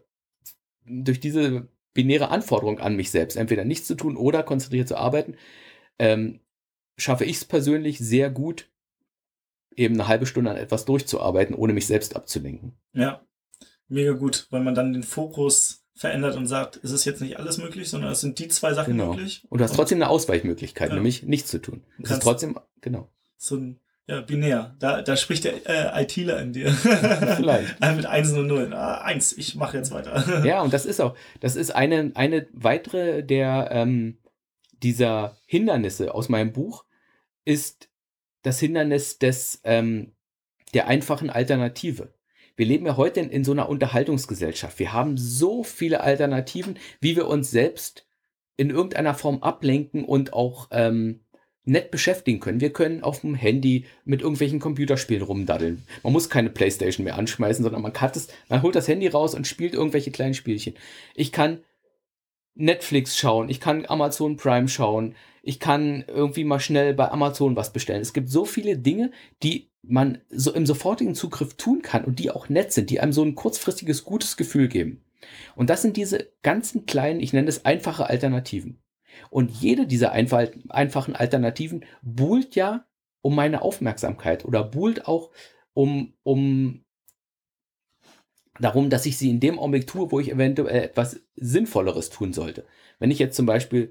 Anforderung an mich selbst, entweder nichts zu tun oder konzentriert zu arbeiten, schaffe ich es persönlich sehr gut, eben eine halbe Stunde an etwas durchzuarbeiten, ohne mich selbst abzulenken. Ja, mega gut, weil man dann den Fokus verändert und sagt, es ist jetzt nicht alles möglich, sondern es sind die 2 Sachen möglich. Und du hast trotzdem eine Ausweichmöglichkeit, nämlich nichts zu tun. Es ist trotzdem, genau. So ein binär. Da spricht der ITler in dir. Vielleicht. Mit 1 und 0. 1, ich mache jetzt weiter. Ja, und das ist eine weitere dieser Hindernisse aus meinem Buch, ist das Hindernis der einfachen Alternative. Wir leben ja heute in so einer Unterhaltungsgesellschaft. Wir haben so viele Alternativen, wie wir uns selbst in irgendeiner Form ablenken und auch nett beschäftigen können. Wir können auf dem Handy mit irgendwelchen Computerspielen rumdaddeln. Man muss keine Playstation mehr anschmeißen, sondern man holt das Handy raus und spielt irgendwelche kleinen Spielchen. Ich kann Netflix schauen, ich kann Amazon Prime schauen, ich kann irgendwie mal schnell bei Amazon was bestellen. Es gibt so viele Dinge, die man so im sofortigen Zugriff tun kann und die auch nett sind, die einem so ein kurzfristiges, gutes Gefühl geben. Und das sind diese ganzen kleinen, ich nenne es einfache Alternativen. Und jede dieser einfachen Alternativen buhlt ja um meine Aufmerksamkeit oder buhlt auch um darum, dass ich sie in dem Augenblick tue, wo ich eventuell etwas Sinnvolleres tun sollte. Wenn ich jetzt zum Beispiel,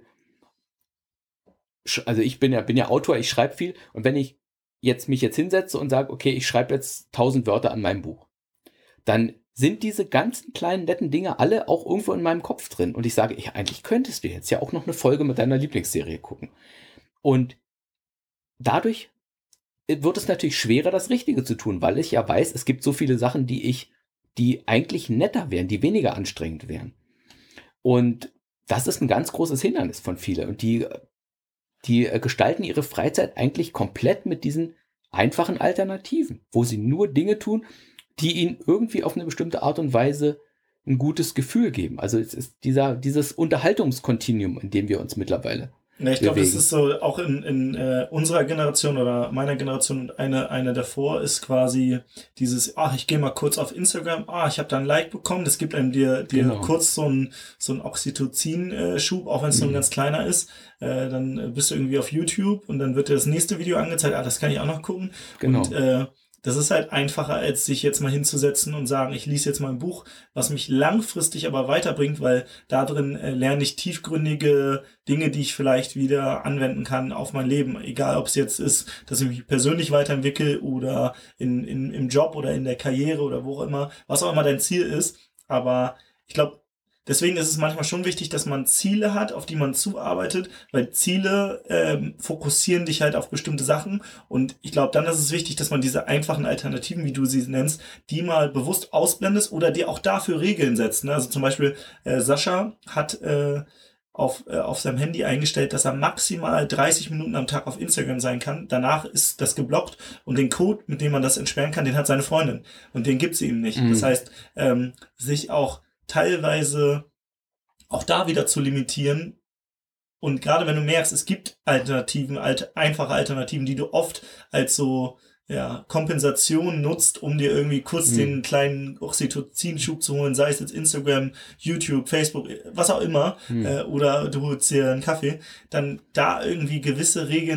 also ich bin ja Autor, ich schreibe viel und wenn ich mich jetzt hinsetze und sage, okay, ich schreibe jetzt 1000 Wörter an meinem Buch, dann sind diese ganzen kleinen netten Dinge alle auch irgendwo in meinem Kopf drin. Und ich sage, ja, eigentlich könntest du jetzt ja auch noch eine Folge mit deiner Lieblingsserie gucken. Und dadurch wird es natürlich schwerer, das Richtige zu tun, weil ich ja weiß, es gibt so viele Sachen, die eigentlich netter wären, die weniger anstrengend wären. Und das ist ein ganz großes Hindernis von vielen. Und die gestalten ihre Freizeit eigentlich komplett mit diesen einfachen Alternativen, wo sie nur Dinge tun, die ihnen irgendwie auf eine bestimmte Art und Weise ein gutes Gefühl geben. Also es ist dieses Unterhaltungskontinuum, in dem wir uns mittlerweile Ja, ich glaube, das bewegen. ist so auch in unserer Generation oder meiner Generation und eine davor ist quasi dieses, ich gehe mal kurz auf Instagram, ich habe da ein Like bekommen, das gibt einem dir Genau. kurz so ein Oxytocin-Schub, auch wenn es nur ein Mhm. ganz kleiner ist. Dann bist du irgendwie auf YouTube und dann wird dir das nächste Video angezeigt, das kann ich auch noch gucken. Und Genau. das ist halt einfacher, als sich jetzt mal hinzusetzen und sagen, ich lese jetzt mal ein Buch, was mich langfristig aber weiterbringt, weil da drin lerne ich tiefgründige Dinge, die ich vielleicht wieder anwenden kann auf mein Leben. Egal, ob es jetzt ist, dass ich mich persönlich weiterentwickle oder im Job oder in der Karriere oder wo auch immer, was auch immer dein Ziel ist. Aber ich glaube, deswegen ist es manchmal schon wichtig, dass man Ziele hat, auf die man zuarbeitet, weil Ziele fokussieren dich halt auf bestimmte Sachen. Und ich glaube, dann ist es wichtig, dass man diese einfachen Alternativen, wie du sie nennst, die mal bewusst ausblendest oder dir auch dafür Regeln setzt. Ne? Also zum Beispiel Sascha hat auf seinem Handy eingestellt, dass er maximal 30 Minuten am Tag auf Instagram sein kann. Danach ist das geblockt und den Code, mit dem man das entsperren kann, den hat seine Freundin und den gibt sie ihm nicht. Das Mhm. heißt, sich auch teilweise auch da wieder zu limitieren. Und gerade wenn du merkst, es gibt Alternativen, einfache Alternativen, die du oft als so Kompensation nutzt, um dir irgendwie kurz den kleinen Oxytocin-Schub zu holen, sei es jetzt Instagram, YouTube, Facebook, was auch immer, oder du holst dir einen Kaffee, dann da irgendwie gewisse Regeln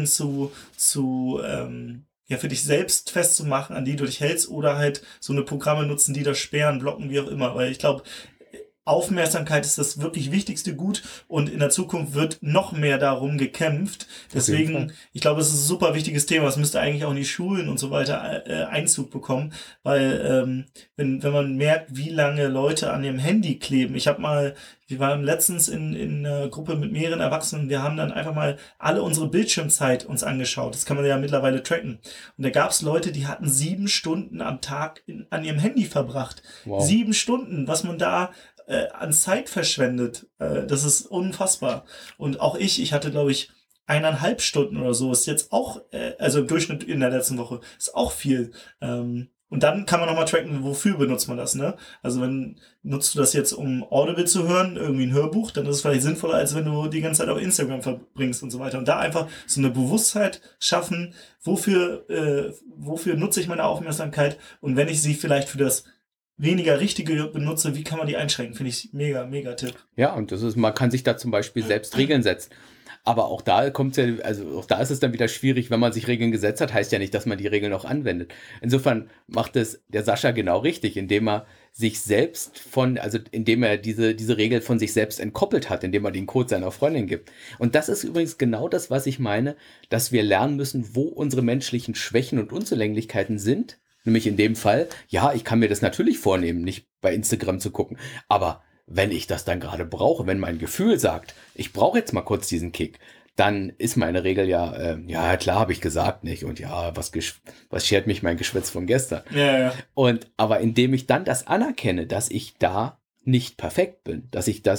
für dich selbst festzumachen, an die du dich hältst, oder halt so eine Programme nutzen, die das sperren, blocken, wie auch immer. Weil ich glaube, Aufmerksamkeit ist das wirklich wichtigste Gut und in der Zukunft wird noch mehr darum gekämpft. Auf jeden Deswegen, Fall. ich glaube, es ist ein super wichtiges Thema. Es müsste eigentlich auch in die Schulen und so weiter Einzug bekommen, weil wenn man merkt, wie lange Leute an ihrem Handy kleben. Wir waren letztens in einer Gruppe mit mehreren Erwachsenen, wir haben dann einfach mal alle unsere Bildschirmzeit uns angeschaut. Das kann man ja mittlerweile tracken. Und da gab es Leute, die hatten 7 Stunden am Tag an ihrem Handy verbracht. Wow. 7 Stunden, was man da an Zeit verschwendet. Das ist unfassbar. Und auch ich hatte, glaube ich, 1,5 Stunden oder so, ist jetzt auch, also im Durchschnitt in der letzten Woche, ist auch viel. Und dann kann man nochmal tracken, wofür benutzt man das, ne? Also nutzt du das jetzt, um Audible zu hören, irgendwie ein Hörbuch, dann ist es vielleicht sinnvoller, als wenn du die ganze Zeit auf Instagram verbringst und so weiter. Und da einfach so eine Bewusstheit schaffen, wofür nutze ich meine Aufmerksamkeit und wenn ich sie vielleicht für das weniger richtige benutze, wie kann man die einschränken? Finde ich mega, mega Tipp. Ja, und man kann sich da zum Beispiel selbst Regeln setzen. Aber auch da kommt's ja, also auch da ist es dann wieder schwierig, wenn man sich Regeln gesetzt hat, heißt ja nicht, dass man die Regeln auch anwendet. Insofern macht es der Sascha genau richtig, indem er sich selbst indem er diese Regel von sich selbst entkoppelt hat, indem er den Code seiner Freundin gibt. Und das ist übrigens genau das, was ich meine, dass wir lernen müssen, wo unsere menschlichen Schwächen und Unzulänglichkeiten sind. Nämlich in dem Fall, ja, ich kann mir das natürlich vornehmen, nicht bei Instagram zu gucken, aber wenn ich das dann gerade brauche, wenn mein Gefühl sagt, ich brauche jetzt mal kurz diesen Kick, dann ist meine Regel ja klar, habe ich gesagt, nicht, und ja, was schert mich mein Geschwätz von gestern. Ja. Aber indem ich dann das anerkenne, dass ich da nicht perfekt bin, dass ich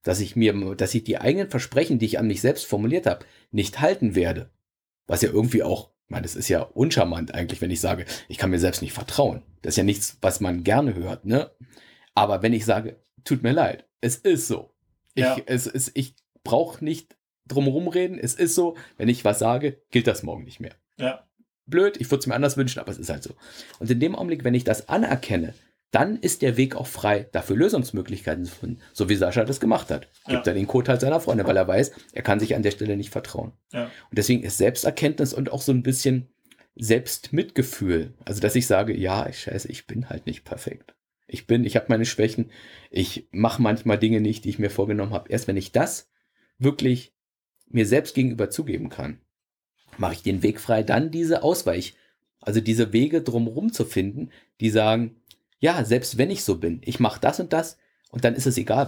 die eigenen Versprechen, die ich an mich selbst formuliert habe, nicht halten werde, was ja irgendwie auch, ich meine, das ist ja uncharmant eigentlich, wenn ich sage, ich kann mir selbst nicht vertrauen. Das ist ja nichts, was man gerne hört, ne? Aber wenn ich sage, tut mir leid, es ist so. Ja. Ich brauche nicht drumherum reden, es ist so, wenn ich was sage, gilt das morgen nicht mehr. Ja. Blöd, ich würde es mir anders wünschen, aber es ist halt so. Und in dem Augenblick, wenn ich das anerkenne, dann ist der Weg auch frei, dafür Lösungsmöglichkeiten zu finden, so wie Sascha das gemacht hat. Gibt er den Code halt seiner Freundin, weil er weiß, er kann sich an der Stelle nicht vertrauen. Ja. Und deswegen ist Selbsterkenntnis und auch so ein bisschen Selbstmitgefühl, also dass ich sage, ja, ich bin halt nicht perfekt. Ich habe meine Schwächen, ich mache manchmal Dinge nicht, die ich mir vorgenommen habe. Erst wenn ich das wirklich mir selbst gegenüber zugeben kann, mache ich den Weg frei, dann diese diese Wege drumherum zu finden, die sagen, ja, selbst wenn ich so bin, ich mache das und dann ist es egal,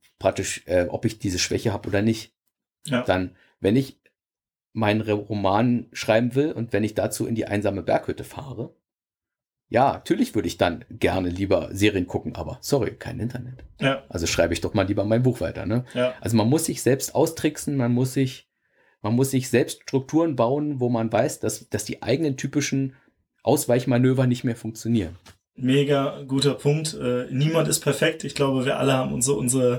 ob ich diese Schwäche habe oder nicht. Ja. Dann, wenn ich meinen Roman schreiben will und wenn ich dazu in die einsame Berghütte fahre, ja, natürlich würde ich dann gerne lieber Serien gucken, aber sorry, kein Internet. Ja. Also schreibe ich doch mal lieber mein Buch weiter, ne? Ja. Also man muss sich selbst austricksen, man muss sich selbst Strukturen bauen, wo man weiß, dass die eigenen typischen Ausweichmanöver nicht mehr funktionieren. Mega guter Punkt. Niemand ist perfekt. Ich glaube, wir alle haben unsere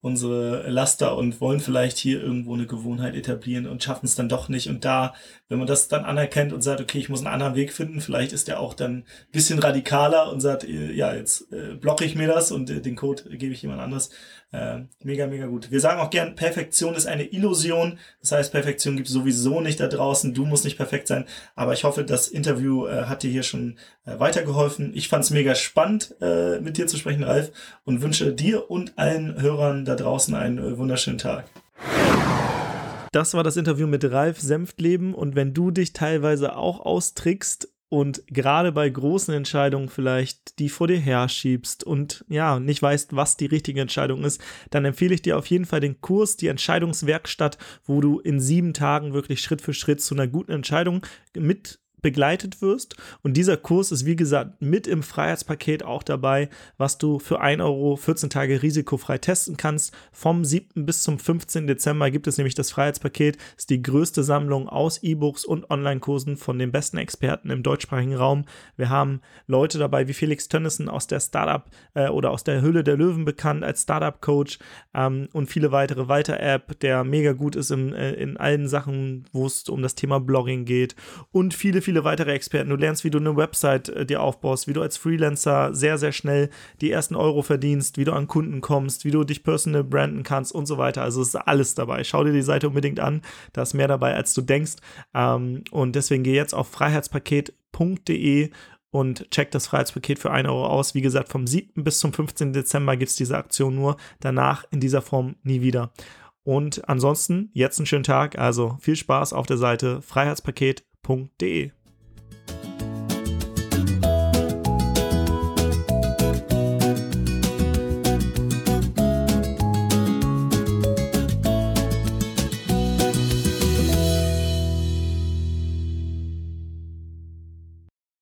unsere Laster und wollen vielleicht hier irgendwo eine Gewohnheit etablieren und schaffen es dann doch nicht. Und da, wenn man das dann anerkennt und sagt, okay, ich muss einen anderen Weg finden, vielleicht ist der auch dann ein bisschen radikaler und sagt, ja, jetzt blocke ich mir das und den Code gebe ich jemand anderes. Mega, mega gut. Wir sagen auch gern, Perfektion ist eine Illusion. Das heißt, Perfektion gibt es sowieso nicht da draußen. Du musst nicht perfekt sein. Aber ich hoffe, das Interview hat dir hier schon weitergeholfen. Ich fand es mega spannend, mit dir zu sprechen, Ralf, und wünsche dir und allen Hörern da draußen einen wunderschönen Tag. Das war das Interview mit Ralf Senftleben. Und wenn du dich teilweise auch austrickst und gerade bei großen Entscheidungen vielleicht die vor dir herschiebst und ja, nicht weißt, was die richtige Entscheidung ist, dann empfehle ich dir auf jeden Fall den Kurs, die Entscheidungswerkstatt, wo du in 7 Tagen wirklich Schritt für Schritt zu einer guten Entscheidung mit begleitet wirst. Und dieser Kurs ist, wie gesagt, mit im Freiheitspaket auch dabei, was du für 1 Euro 14 Tage risikofrei testen kannst. Vom 7. bis zum 15. Dezember gibt es nämlich das Freiheitspaket. Das ist die größte Sammlung aus E-Books und Online-Kursen von den besten Experten im deutschsprachigen Raum. Wir haben Leute dabei wie Felix Tönnissen aus der Startup oder aus der Höhle der Löwen bekannt als Startup-Coach und viele weitere. Walter App, der mega gut ist in allen Sachen, wo es um das Thema Blogging geht, und viele weitere Experten. Du lernst, wie du eine Website dir aufbaust, wie du als Freelancer sehr, sehr schnell die ersten Euro verdienst, wie du an Kunden kommst, wie du dich personal branden kannst und so weiter. Also es ist alles dabei. Schau dir die Seite unbedingt an. Da ist mehr dabei, als du denkst. Und deswegen geh jetzt auf freiheitspaket.de und check das Freiheitspaket für 1 Euro aus. Wie gesagt, vom 7. bis zum 15. Dezember gibt es diese Aktion nur. Danach in dieser Form nie wieder. Und ansonsten jetzt einen schönen Tag. Also viel Spaß auf der Seite freiheitspaket.de.